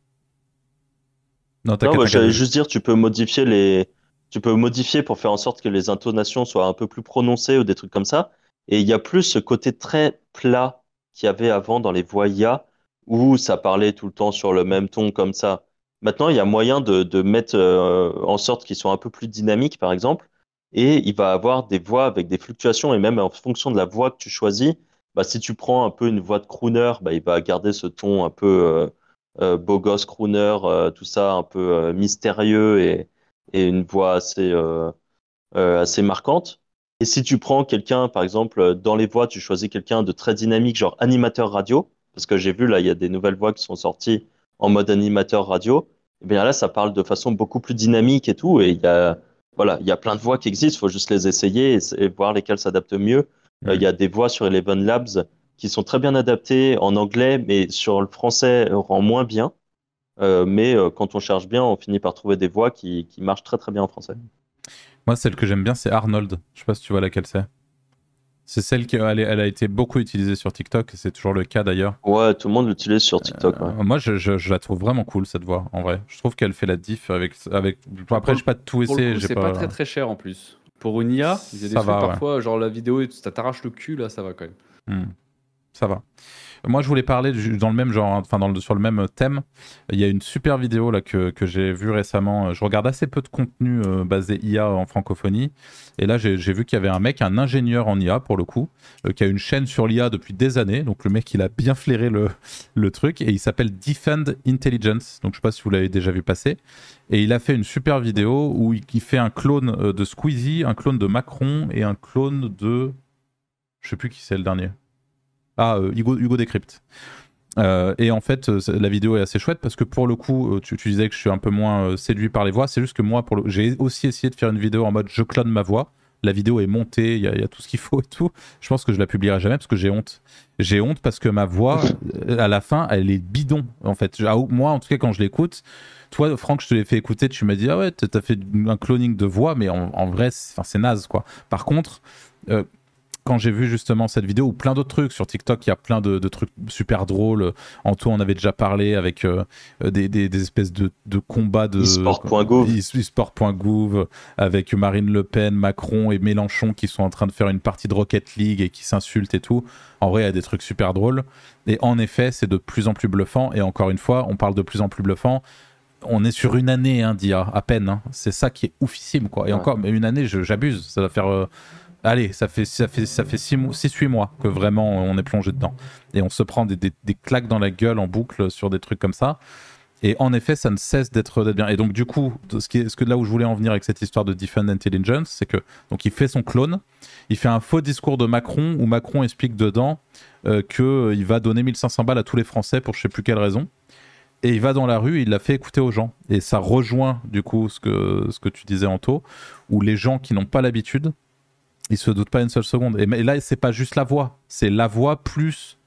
Non, Non, t'inquiète, bah, t'inquiète, j'allais vas-y. juste dire, tu peux modifier les, tu peux modifier pour faire en sorte que les intonations soient un peu plus prononcées ou des trucs comme ça. Et il y a plus ce côté très plat qu'il y avait avant dans les voix I A où ça parlait tout le temps sur le même ton comme ça. Maintenant, il y a moyen de, de mettre euh, en sorte qu'ils soient un peu plus dynamiques, par exemple. Et il va avoir des voix avec des fluctuations et même en fonction de la voix que tu choisis, bah, si tu prends un peu une voix de crooner, bah, il va garder ce ton un peu, euh, euh, beau gosse crooner, euh, tout ça un peu euh, mystérieux et, et une voix assez, euh, euh, assez marquante. Et si tu prends quelqu'un, par exemple, euh, dans les voix, tu choisis quelqu'un de très dynamique, genre animateur radio, parce que j'ai vu là, il y a des nouvelles voix qui sont sorties en mode animateur radio. Et bien là, ça parle de façon beaucoup plus dynamique et tout. Et il y a, voilà, il y a plein de voix qui existent, il faut juste les essayer et, et voir lesquelles s'adaptent mieux. Euh, il y Mm. a des voix sur Eleven Labs qui sont très bien adaptées en anglais, mais sur le français, euh, rend moins bien. Euh, mais euh, quand on cherche bien, on finit par trouver des voix qui, qui marchent très très bien en français. Moi, celle que j'aime bien, c'est Arnold. Je sais pas si tu vois laquelle c'est. C'est celle qui elle, est- elle a été beaucoup utilisée sur TikTok, et c'est toujours le cas d'ailleurs. Ouais, tout le monde l'utilise sur TikTok, ouais. Euh, moi, je, je- je la trouve vraiment cool cette voix, en vrai. Je trouve qu'elle fait la diff avec. avec... Après, Pour le, j'ai pas tout pour le essayé, coup, j'ai c'est pas pas. très très cher en plus. Pour une I A, il y a des Ça trucs va, ouais. parfois, genre la vidéo, ça t'arrache le cul, là, ça va quand même. Hmm. Ça va. Moi, je voulais parler du- dans le même genre, hein, enfin dans le- sur le même thème. Il y a une super vidéo là que, que j'ai vue récemment. Je regarde assez peu de contenu euh, basé I A en francophonie. Et là, j'ai j'ai vu qu'il y avait un mec, un ingénieur en I A pour le coup, euh, qui a une chaîne sur l'I A depuis des années. Donc le mec, il a bien flairé le, le truc. Et il s'appelle Defend Intelligence. Donc je sais pas si vous l'avez déjà vu passer. Et il a fait une super vidéo où il, il fait un clone euh, de Squeezie, un clone de Macron et un clone de... Je sais plus qui c'est le dernier. Ah, euh, Hugo, Hugo Décrypte. Euh, et en fait, euh, la vidéo est assez chouette parce que pour le coup, euh, tu, tu disais que je suis un peu moins euh, séduit par les voix. C'est juste que moi, pour le... j'ai aussi essayé de faire une vidéo en mode je clone ma voix. La vidéo est montée, il y, y, a tout ce qu'il faut et tout. Je pense que je la publierai jamais parce que j'ai honte. J'ai honte parce que ma voix, à la fin, elle est bidon. En fait, moi, en tout cas, quand je l'écoute, toi, Franck, je te l'ai fait écouter, tu m'as dit ah ouais, t'as fait un cloning de voix, mais en, en vrai, c'est naze quoi. Par contre. Euh, quand j'ai vu justement cette vidéo ou plein d'autres trucs sur TikTok, il y a plein de, de trucs super drôles. Anto en avait déjà parlé avec euh, des, des, des espèces de, de combats de esport point gouv esport point gouv avec Marine Le Pen, Macron et Mélenchon qui sont en train de faire une partie de Rocket League et qui s'insultent et tout. En vrai, il y a des trucs super drôles. Et en effet, c'est de plus en plus bluffant. Et encore une fois, on parle de plus en plus bluffant. On est sur une année hein, d'I A, à peine. Hein. C'est ça qui est oufissime, quoi. Et ouais. Encore, mais une année, j'abuse. Ça va faire... Euh, Allez, ça fait ça fait ça fait six huit mois que vraiment on est plongé dedans et on se prend des, des, des claques dans la gueule en boucle sur des trucs comme ça. Et en effet, ça ne cesse d'être bien. Et donc du coup, ce qui est, ce que là où je voulais en venir avec cette histoire de Defend Intelligence, c'est que donc il fait son clone, il fait un faux discours de Macron où Macron explique dedans euh, que euh, il va donner mille cinq cents balles à tous les Français pour je sais plus quelle raison. Et il va dans la rue, et il l'a fait écouter aux gens. Et ça rejoint du coup ce que ce que tu disais Anto, où les gens qui n'ont pas l'habitude ils se doutent pas une seule seconde. Et là, c'est pas juste la voix, c'est la voix plus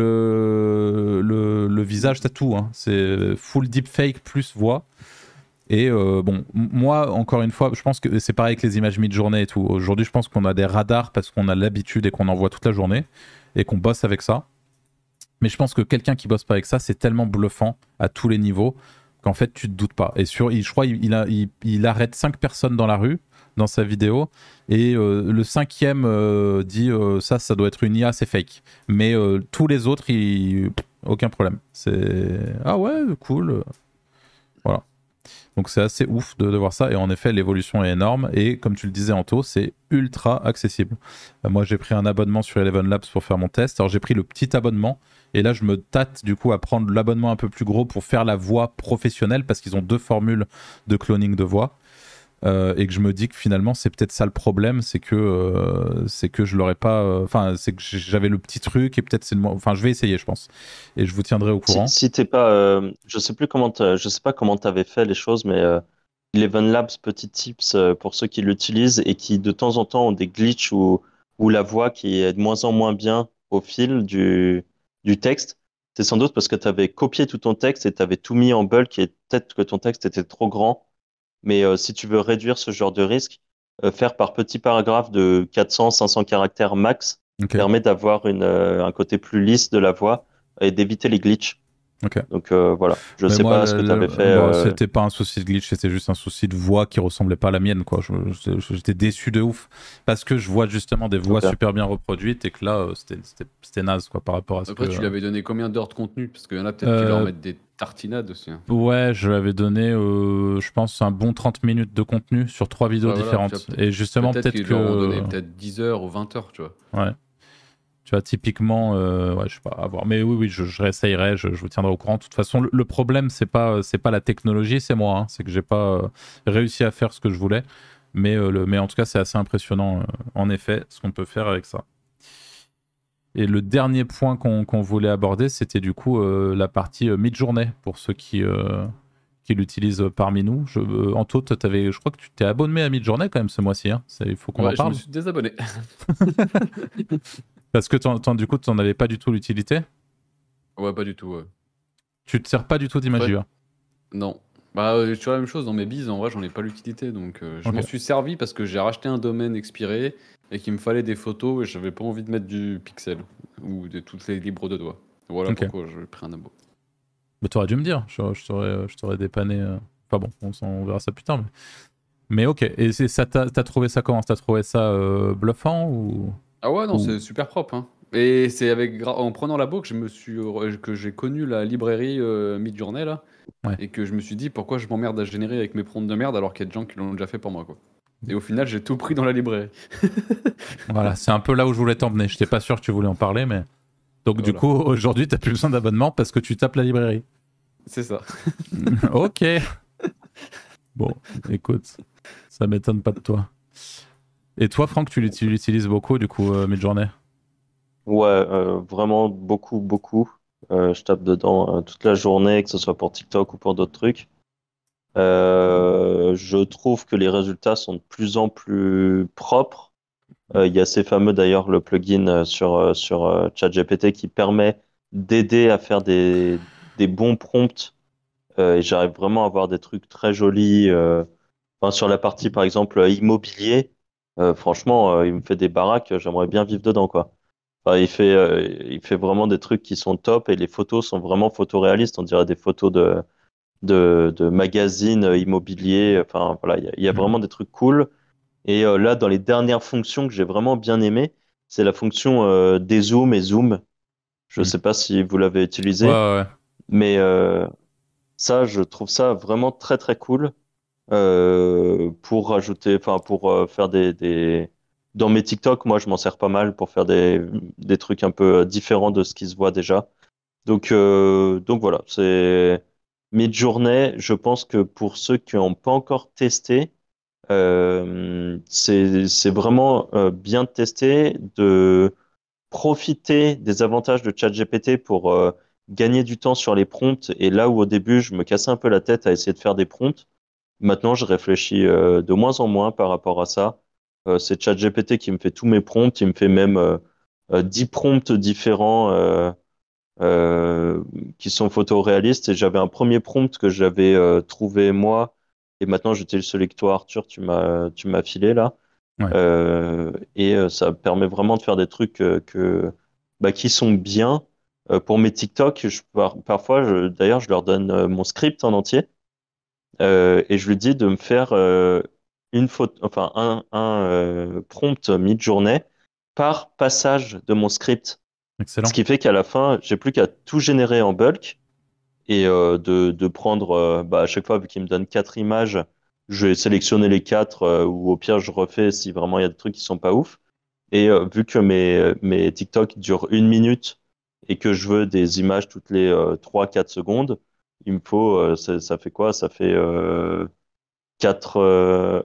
le, le, le visage tatou. Hein. C'est full deepfake plus voix. Et euh, bon, moi, encore une fois, je pense que c'est pareil avec les images mid-journée et tout. Aujourd'hui, je pense qu'on a des radars parce qu'on a l'habitude et qu'on en voit toute la journée et qu'on bosse avec ça. Mais je pense que quelqu'un qui bosse pas avec ça, c'est tellement bluffant à tous les niveaux qu'en fait, tu te doutes pas. Et sur, il, je crois, il, il, a, il, il arrête cinq personnes dans la rue dans sa vidéo et euh, le cinquième euh, dit euh, ça, ça doit être une I A, c'est fake. Mais euh, tous les autres, il... aucun problème. C'est ah ouais, cool. Voilà. Donc c'est assez ouf de, de voir ça et en effet l'évolution est énorme et comme tu le disais Anto, c'est ultra accessible. Euh, moi j'ai pris un abonnement sur Eleven Labs pour faire mon test. Alors j'ai pris le petit abonnement et là je me tâte du coup à prendre l'abonnement un peu plus gros pour faire la voix professionnelle parce qu'ils ont deux formules de cloning de voix. Euh, et que je me dis que finalement c'est peut-être ça le problème, c'est que euh, c'est que je l'aurais pas, enfin euh, c'est que j'avais le petit truc et peut-être c'est le, enfin je vais essayer je pense et je vous tiendrai au courant. Si, si t'es pas, euh, je sais plus comment, t'as- je sais pas comment t'avais fait les choses, mais euh, Eleven Labs, petit tips euh, pour ceux qui l'utilisent et qui de temps en temps ont des glitches ou ou la voix qui est de moins en moins bien au fil du du texte. C'est sans doute parce que tu avais copié tout ton texte et tu avais tout mis en bulk et peut-être que ton texte était trop grand. Mais euh, si tu veux réduire ce genre de risque, euh, faire par petits paragraphes de quatre cents, cinq cents caractères max Ok. permet d'avoir une, euh, un côté plus lisse de la voix et d'éviter les glitches. Ok. Donc euh, voilà, je Mais sais moi, pas ce le, que tu le, avais fait. bon, euh, c'était pas un souci de glitch, c'était juste un souci de voix qui ressemblait pas à la mienne, quoi. Je- je- J'étais déçu de ouf parce que je vois justement des voix Ok. super bien reproduites et que là, euh, c'était c'était- c'était naze, quoi, par rapport à ce Après, que. tu lui avais donné combien d'heures de contenu? Parce qu'il y en a peut-être qui leur Euh, mettent des tartinades aussi, hein. ouais, je lui avais donné, euh, je pense, un bon trente minutes de contenu sur trois vidéos Ouais, voilà, tu vois, différentes. peut- Et justement, peut-être peut-être qu'ils que. leur ont donné peut-être dix heures ou vingt heures, tu vois. Ouais. Tu vois, typiquement, euh, ouais, je sais pas, à voir. Mais oui, oui, je, je réessayerai, je, je vous tiendrai au courant. De toute façon, le, le problème, c'est pas, c'est pas la technologie, c'est moi. Hein. C'est que j'ai pas euh, réussi à faire ce que je voulais. Mais, euh, le, mais en tout cas, c'est assez impressionnant, euh, en effet, ce qu'on peut faire avec ça. Et le dernier point qu'on qu'on voulait aborder, c'était du coup euh, la partie euh, mid-journée, pour ceux qui, euh, qui l'utilisent parmi nous. Je, euh, Anto, t'avais- je crois que tu t'es abonné à mid-journée quand même ce mois-ci. Hein. Ça, il faut qu'on en Ouais, je me parle. suis désabonné. Parce que t'en- t'en- du coup, tu n'en avais pas du tout l'utilité. Ouais, pas du tout, ouais. Tu te sers pas du tout En fait, d'Imagier. non. Bah, euh, tu vois la même chose dans mes bises, en vrai, j'en ai pas l'utilité. Donc, euh, je Ok. m'en suis servi parce que j'ai racheté un domaine expiré et qu'il me fallait des photos et j'avais pas envie de mettre du pixel ou de toutes les libres de doigts. Voilà Ok. pourquoi j'ai pris un abo. Mais t'aurais dû me dire, je, je t'aurais, je t'aurais dépanné. euh. Enfin bon, on, s'en- on verra ça plus tard. Mais, mais ok, et c'est, ça, t'as, t'as trouvé ça comment? T'as trouvé ça euh, bluffant ou... Ah ouais, non, ou... c'est super propre, hein. Et c'est avec gra- en prenant l'abo que je me suis euh, que j'ai connu la librairie euh, Midjourney là Ouais. et que je me suis dit pourquoi je m'emmerde à générer avec mes prompts de merde alors qu'il y a des gens qui l'ont déjà fait pour moi quoi. Et au final, j'ai tout pris dans la librairie. Voilà, c'est un peu là où je voulais t'emmener. Je n'étais pas sûr que tu voulais en parler, mais... Donc du Voilà. coup, aujourd'hui, t'as plus besoin d'abonnement parce que tu tapes la librairie. C'est ça. Ok. Bon, écoute, ça m'étonne pas de toi. Et toi, Franck, tu l'uti- l'utilises beaucoup, du coup, euh, mid-journée? Ouais, euh, vraiment beaucoup, beaucoup. Euh, je tape dedans euh, toute la journée, que ce soit pour TikTok ou pour d'autres trucs. Euh, je trouve que les résultats sont de plus en plus propres. Euh, il y a ces fameux d'ailleurs le plugin euh, sur euh, sur euh, ChatGPT qui permet d'aider à faire des des bons prompts euh, et j'arrive vraiment à avoir des trucs très jolis. Euh, enfin, sur la partie par exemple euh, immobilier, euh, franchement, euh, il me fait des baraques, j'aimerais bien vivre dedans quoi. Enfin, il fait euh, il fait vraiment des trucs qui sont top et les photos sont vraiment photoréalistes. On dirait des photos de de, de magazines immobiliers. Enfin voilà, il y a, il y a Mhm. vraiment des trucs cool. Et euh, là, dans les dernières fonctions que j'ai vraiment bien aimé, c'est la fonction euh, dézoom et zoom. Je ne Mhm. sais pas si vous l'avez Ouais, utilisé, ouais, ouais. mais euh, ça, je trouve ça vraiment très très cool euh, pour rajouter, enfin pour euh, faire des, des... Dans mes TikTok, moi, je m'en sers pas mal pour faire des, des trucs un peu euh, différents de ce qui se voit déjà. Donc, euh, donc voilà, c'est Midjourney. Je pense que pour ceux qui n'ont pas encore testé, euh, c'est, c'est vraiment euh, bien de tester, de profiter des avantages de ChatGPT pour euh, gagner du temps sur les prompts. Et là où au début, je me cassais un peu la tête à essayer de faire des prompts, maintenant, je réfléchis euh, de moins en moins par rapport à ça. Euh, c'est ChatGPT qui me fait tous mes prompts, il me fait même euh, euh, dix prompts différents euh, euh, qui sont photoréalistes. Et j'avais un premier prompt que j'avais euh, trouvé moi et maintenant j'utilise celui que toi, Arthur, tu m'as tu m'as filé là. Ouais. Euh, et euh, ça permet vraiment de faire des trucs euh, que, bah, qui sont bien. Euh, pour mes TikTok, je, par- parfois, je- d'ailleurs, je leur donne euh, mon script en entier euh, et je lui dis de me faire euh, une photo, enfin un, un euh, prompt mid-journée par passage de mon script. Ce Excellent. qui fait qu'à la fin, j'ai plus qu'à tout générer en bulk et euh, de, de prendre, euh, bah, à chaque fois, vu qu'il me donne quatre images, je vais sélectionner les quatre euh, ou au pire, je refais si vraiment il y a des trucs qui sont pas ouf. Et euh, vu que mes, mes TikTok durent une minute et que je veux des images toutes les euh, trois quatre secondes, il me faut, euh, ça, ça fait quoi? Ça fait euh, quatre, euh,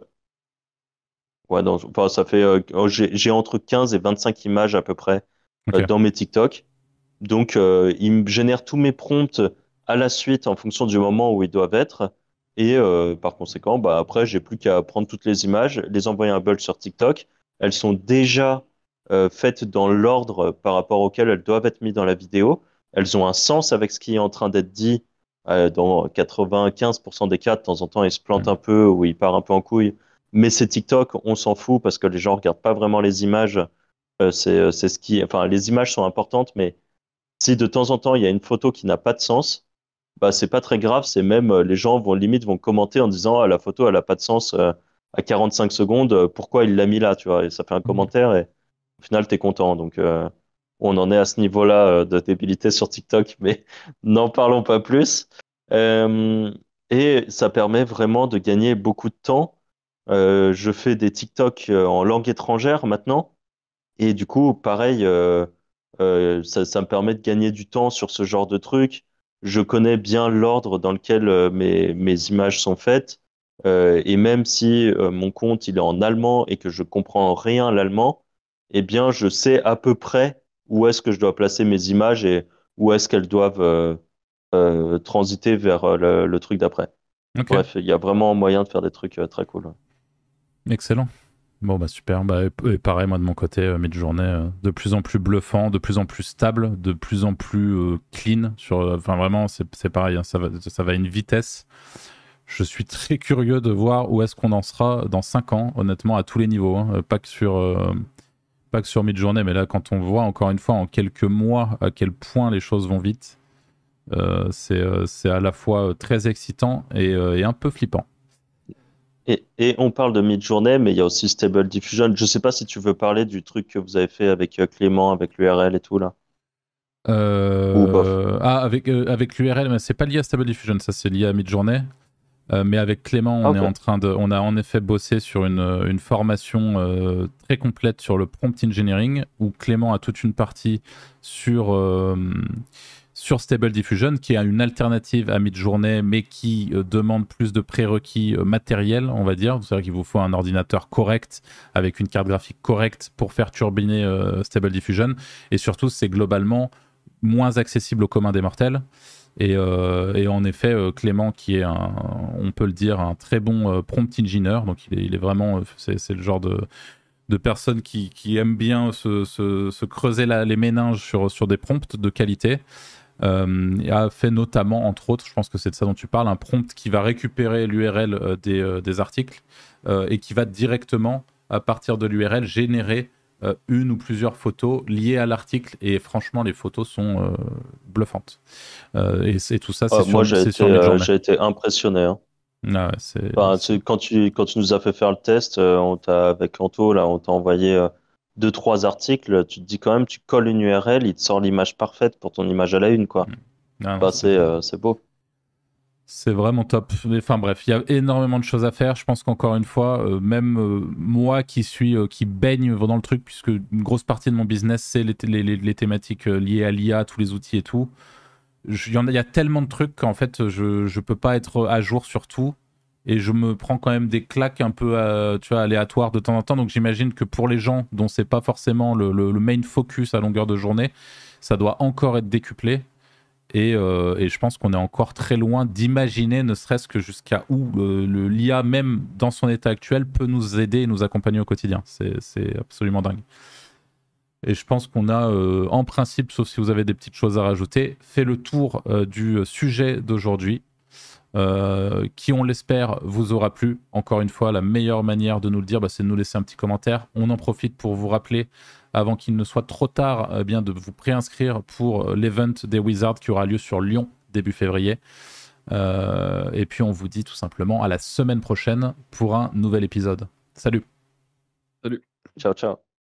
ouais, non, enfin, ça fait, euh, oh, j'ai j'ai entre quinze et vingt-cinq images à peu près Ok. euh, dans mes TikTok. Donc, euh, il me génère tous mes prompts à la suite en fonction du moment où ils doivent être. Et euh, par conséquent, bah, après, j'ai plus qu'à prendre toutes les images, les envoyer un bulk sur TikTok. Elles sont déjà euh, faites dans l'ordre par rapport auquel elles doivent être mises dans la vidéo. Elles ont un sens avec ce qui est en train d'être dit. Euh, dans quatre-vingt-quinze pour cent des cas, de temps en temps, il se plante Mm. un peu ou il part un peu en couille. Mais c'est TikTok, on s'en fout parce que les gens regardent pas vraiment les images. Euh, c'est, c'est ce qui, enfin, les images sont importantes, mais si de temps en temps il y a une photo qui n'a pas de sens, bah c'est pas très grave. C'est même euh, les gens vont limite vont commenter en disant ah, la photo elle a pas de sens euh, à quarante-cinq secondes. euh, pourquoi il l'a mis là, tu vois? Et ça fait un Mm. commentaire et au final t'es content. Donc euh, on en est à ce niveau-là euh, de débilité sur TikTok, mais n'en parlons pas plus. Euh, et ça permet vraiment de gagner beaucoup de temps. Euh, je fais des TikTok euh, en langue étrangère maintenant. Et du coup, pareil, euh, euh, ça, ça me permet de gagner du temps sur ce genre de truc. Je connais bien l'ordre dans lequel euh, mes, mes images sont faites. Euh, et même si euh, mon compte il est en allemand et que je comprends rien à l'allemand, eh bien, je sais à peu près où est-ce que je dois placer mes images et où est-ce qu'elles doivent euh, euh, transiter vers euh, le, le truc d'après. Ok. Bref, il y a vraiment moyen de faire des trucs euh, très cool. Excellent. Bon, bah super. Bah, et, et pareil, moi de mon côté, euh, mid-journée, euh, de plus en plus bluffant, de plus en plus stable, de plus en plus euh, clean. Sur, euh, enfin, vraiment, c'est c'est pareil, hein, ça va, ça va à une vitesse. Je suis très curieux de voir où est-ce qu'on en sera dans cinq ans, honnêtement, à tous les niveaux. Hein. Euh, Pas que sur, euh, pas que sur mid-journée, mais là, quand on voit encore une fois en quelques mois à quel point les choses vont vite, euh, c'est euh, c'est à la fois euh, très excitant et, euh, et un peu flippant. Et, et on parle de mid-journée, mais il y a aussi Stable Diffusion. Je sais pas si tu veux parler du truc que vous avez fait avec euh, Clément, avec l'U R L et tout là. Ou bof. Euh, Ah, avec, euh, avec l'U R L, mais c'est pas lié à Stable Diffusion, ça c'est lié à Midjourney. Euh, mais avec Clément, Ah, on est ok. en train de, on a en effet bossé sur une, une formation euh, très complète sur le prompt engineering, où Clément a toute une partie sur, euh, sur Stable Diffusion, qui a une alternative à Midjourney, mais qui euh, demande plus de prérequis euh, matériels, on va dire. C'est-à-dire qu'il vous faut un ordinateur correct, avec une carte graphique correcte pour faire turbiner euh, Stable Diffusion. Et surtout, c'est globalement moins accessible au commun des mortels. Et, euh, et en effet, euh, Clément, qui est, un, on peut le dire, un très bon euh, prompt engineer, donc il est, il est vraiment, c'est, c'est le genre de, de personne qui, qui aime bien se, se, se creuser la, les méninges sur, sur des prompts de qualité. Euh, et a fait notamment, entre autres, je pense que c'est de ça dont tu parles, un prompt qui va récupérer l'U R L euh, des, euh, des articles euh, et qui va directement, à partir de l'U R L, générer euh, une ou plusieurs photos liées à l'article. Et franchement, les photos sont euh, bluffantes. Euh, et, c'est, tout ça, c'est Ah, moi, sur, j'ai c'est été, sur euh, Midjourney. j'ai été impressionné, hein. Ah ouais, c'est, Enfin, c'est... tu- quand tu, quand tu nous as fait faire le test, euh, on t'a, avec Anto, là, on t'a envoyé euh, deux, trois articles. Tu te dis quand même, tu colles une U R L, il te sort l'image parfaite pour ton image à la une, quoi. Ah non, Bah, c'est... c'est, euh, c'est beau. C'est vraiment top. Enfin bref, il y a énormément de choses à faire. Je pense qu'encore une fois, euh, même euh, moi qui suis, euh, qui baigne dans le truc, puisque une grosse partie de mon business, c'est les, les, les, les thématiques euh, liées à l'I A, tous les outils et tout. Il y, en a, y a tellement de trucs qu'en fait, je ne peux pas être à jour sur tout. Et je me prends quand même des claques un peu euh, tu vois, aléatoires de temps en temps. Donc j'imagine que pour les gens dont c'est pas forcément le, le, le main focus à longueur de journée, ça doit encore être décuplé. Et, euh, et je pense qu'on est encore très loin d'imaginer, ne serait-ce que jusqu'à où euh, le, l'I A, même dans son état actuel, peut nous aider et nous accompagner au quotidien. C'est, c'est absolument dingue. Et je pense qu'on a, euh, en principe, sauf si vous avez des petites choses à rajouter, fait le tour euh, du sujet d'aujourd'hui. euh, qui, on l'espère, vous aura plu. Encore une fois, la meilleure manière de nous le dire, bah, c'est de nous laisser un petit commentaire. On en profite pour vous rappeler, avant qu'il ne soit trop tard, eh bien, de vous préinscrire pour l'event des Wizards qui aura lieu sur Lyon début février. Euh, et puis on vous dit tout simplement à la semaine prochaine pour un nouvel épisode. Salut. Salut. Ciao, ciao.